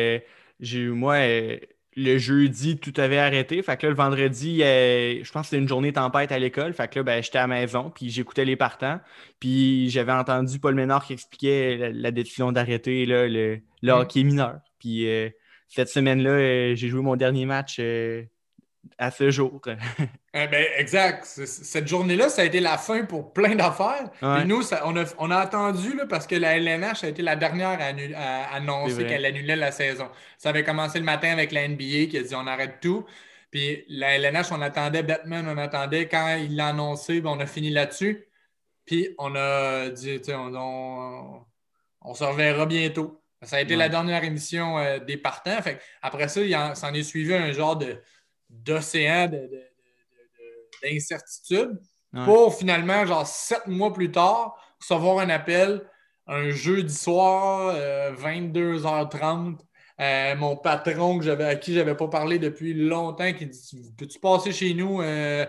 S1: Le jeudi, tout avait arrêté. Fait que là, le vendredi, je pense que c'était une journée tempête à l'école. Fait que là, j'étais à la maison, puis j'écoutais Les Partants. Puis j'avais entendu Paul Ménard qui expliquait la décision d'arrêter là, le hockey mineur. Puis cette semaine-là, j'ai joué mon dernier match à ce jour.
S2: Exact. Cette journée-là, ça a été la fin pour plein d'affaires. Puis nous, on a attendu là, parce que la LNH a été la dernière à annoncer qu'elle annulait la saison. Ça avait commencé le matin avec la NBA qui a dit on arrête tout. Puis la LNH, on attendait Batman, on attendait. Quand il l'a annoncé, on a fini là-dessus. Puis on a dit on se reverra bientôt. Ça a été la dernière émission des partants. Fait après ça, s'en est suivi un genre d'océan d'incertitude pour finalement, genre 7 mois plus tard, recevoir un appel un jeudi soir, 22h30. Mon patron à qui je n'avais pas parlé depuis longtemps qui dit peux-tu passer chez nous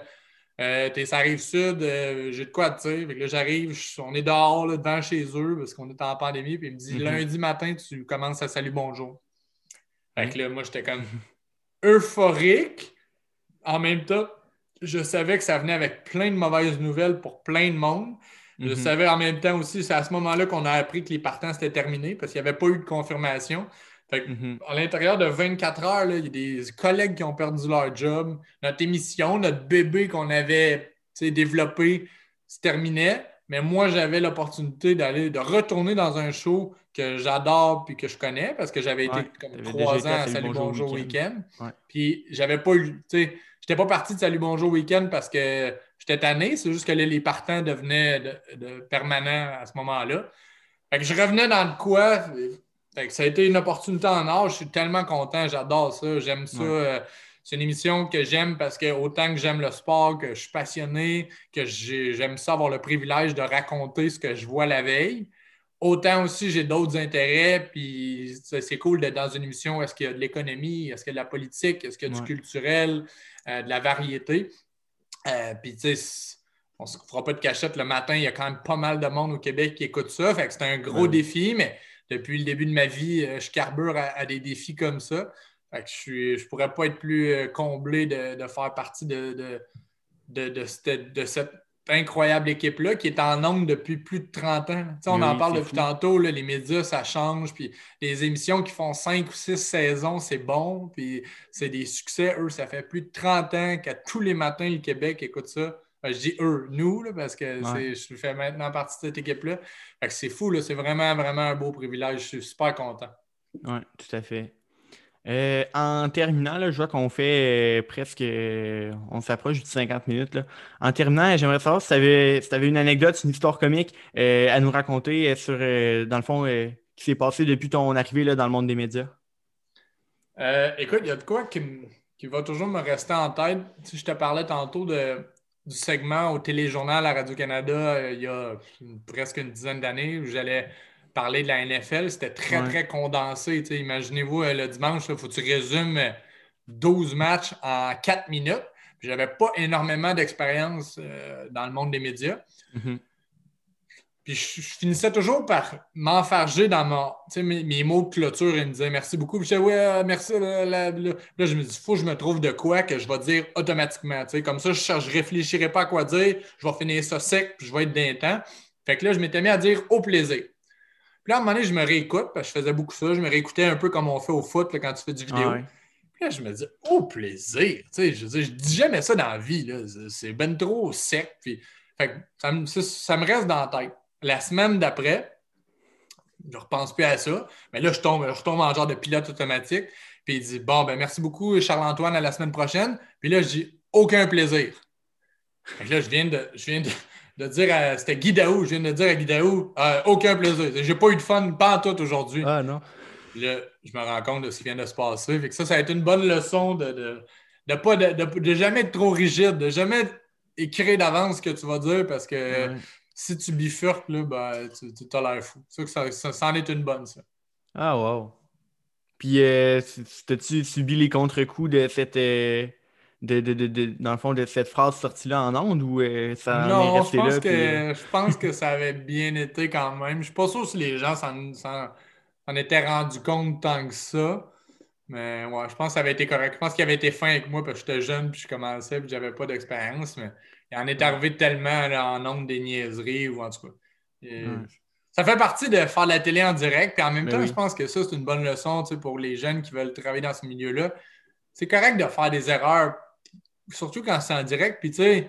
S2: ça arrive sud, j'ai de quoi te dire. Fait que là, j'arrive, on est dehors là, devant chez eux parce qu'on est en pandémie. Puis il me dit lundi matin, tu commences à salut bonjour. Fait que là, moi, j'étais comme euphorique. En même temps, je savais que ça venait avec plein de mauvaises nouvelles pour plein de monde. Je savais en même temps aussi, c'est à ce moment-là qu'on a appris que les partants c'était terminé parce qu'il n'y avait pas eu de confirmation. Fait que, à l'intérieur de 24 heures, là, il y a des collègues qui ont perdu leur job. Notre émission, notre bébé qu'on avait développé se terminait. Mais moi, j'avais l'opportunité de retourner dans un show que j'adore puis que je connais parce que j'avais été comme 3 ans à Salut Bonjour Week-end. Puis j'avais pas eu, j'étais pas parti de Salut Bonjour Week-end parce que j'étais tanné. C'est juste que là, les partants devenaient permanents à ce moment-là. Fait que je revenais dans le quoi. Fait que ça a été une opportunité en or. Je suis tellement content. J'adore ça. J'aime ça. C'est une émission que j'aime parce que autant que j'aime le sport, que je suis passionné, que j'aime ça avoir le privilège de raconter ce que je vois la veille. Autant aussi, j'ai d'autres intérêts, puis c'est cool d'être dans une émission. Est-ce qu'il y a de l'économie? Est-ce qu'il y a de la politique? Est-ce qu'il y a du culturel? De la variété? Puis, tu sais, on ne se fera pas de cachette le matin. Il y a quand même pas mal de monde au Québec qui écoute ça. Fait que c'est un gros défi, mais depuis le début de ma vie, je carbure à des défis comme ça. Fait que je ne pourrais pas être plus comblé de faire partie de cette incroyable équipe-là qui est en nombre depuis plus de 30 ans. On en parle depuis tantôt, là, les médias, ça change. Puis les émissions qui font 5 ou 6 saisons, c'est bon. Puis c'est des succès. Eux, ça fait plus de 30 ans qu'à tous les matins, le Québec écoute ça. Je dis eux, nous, là, parce que je fais maintenant partie de cette équipe-là. Fait que c'est fou, là, c'est vraiment, vraiment un beau privilège. Je suis super content.
S1: Oui, tout à fait. En terminant, là, je vois qu'on fait presque. On s'approche du 50 minutes. Là. En terminant, j'aimerais savoir si tu avais une anecdote, une histoire comique à nous raconter sur, dans le fond, qui s'est passé depuis ton arrivée là, dans le monde des médias.
S2: Écoute, il y a de quoi qui va toujours me rester en tête. Si je te parlais tantôt du segment au téléjournal à Radio-Canada il y a presque une dizaine d'années où j'allais parler de la NFL. C'était très, très condensé. Imaginez-vous, le dimanche, il faut que tu résumes 12 matchs en 4 minutes. Je n'avais pas énormément d'expérience dans le monde des médias. Puis je finissais toujours par m'enfarger dans mes mots de clôture. Il me disait merci beaucoup. Puis je disais ouais, merci. Là, je me dis, il faut que je me trouve de quoi que je vais dire automatiquement. Comme ça, je ne réfléchirai pas à quoi dire. Je vais finir ça sec, puis je vais être d'un temps. Fait que là, je m'étais mis à dire au plaisir. Puis là, à un moment donné, je me réécoute, parce que je faisais beaucoup ça. Je me réécoutais un peu comme on fait au foot là, quand tu fais du vidéo. Puis là, je me dis, au plaisir. Je dis jamais ça dans la vie. Là. C'est ben trop sec. Puis, fait que ça me reste dans la tête. La semaine d'après, je ne repense plus à ça. Mais là, je tombe en genre de pilote automatique. Puis il dit bon, ben merci beaucoup, Charles-Antoine, à la semaine prochaine. Puis là, je dis aucun plaisir. Fait que là, je viens de dire à. C'était Guy Daou, je viens de dire à Guy Daou aucun plaisir. J'ai pas eu de fun pantoute aujourd'hui.
S1: Ah non.
S2: Puis là, je me rends compte de ce qui vient de se passer. Fait que ça a été une bonne leçon de jamais être trop rigide, de jamais écrire d'avance ce que tu vas dire parce que. Si tu bifurques, là, ben, tu as l'air fou. C'est ça que ça en est une bonne, ça.
S1: Ah, wow. Puis, t'as-tu subi les contre-coups de cette, dans le fond, de cette phrase sortie-là en ondes ou ça en est
S2: Non,
S1: resté là?
S2: je pense que ça avait bien été quand même. Je suis pas sûr si les gens s'en étaient rendus compte tant que ça. Mais ouais, je pense que ça avait été correct. Je pense qu'il avait été fin avec moi parce que j'étais jeune puis je commençais puis j'avais pas d'expérience. Mais il en est arrivé tellement là, en nombre des niaiseries ou en tout cas. Ça fait partie de faire de la télé en direct. Puis en même temps, je pense que ça, c'est une bonne leçon pour les jeunes qui veulent travailler dans ce milieu-là. C'est correct de faire des erreurs, surtout quand c'est en direct. Puis tu sais,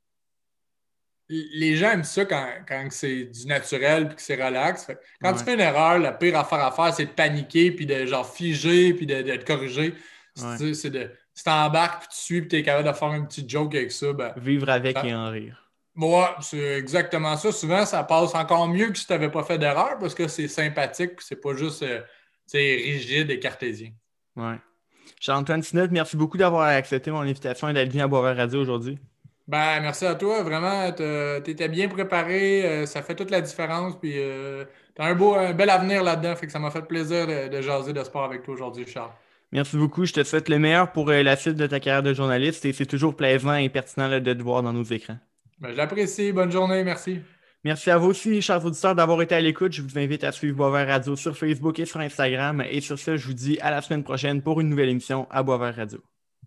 S2: les gens aiment ça quand c'est du naturel et que c'est relax. Quand tu fais une erreur, la pire affaire à faire, c'est de paniquer puis de genre figer puis de te corriger. C'est si t'embarques puis tu suis puis t'es capable de faire un petit joke avec ça, ben,
S1: vivre avec et en rire.
S2: Moi, c'est exactement ça. Souvent, ça passe encore mieux que si tu n'avais pas fait d'erreur parce que c'est sympathique, c'est pas juste rigide et cartésien.
S1: Ouais. Charles-Antoine Sinot, merci beaucoup d'avoir accepté mon invitation et d'être venu à Boisvert Radio aujourd'hui.
S2: Ben, merci à toi. Vraiment, tu étais bien préparé. Ça fait toute la différence. Puis, tu as un bel avenir là-dedans. Fait que ça m'a fait plaisir de jaser de sport avec toi aujourd'hui, Charles.
S1: Merci beaucoup. Je te souhaite le meilleur pour la suite de ta carrière de journaliste et c'est toujours plaisant et pertinent là, de te voir dans nos écrans.
S2: Ben, je l'apprécie. Bonne journée. Merci.
S1: Merci à vous aussi, chers auditeurs, d'avoir été à l'écoute. Je vous invite à suivre Boisvert Radio sur Facebook et sur Instagram. Et sur ce, je vous dis à la semaine prochaine pour une nouvelle émission à Boisvert Radio.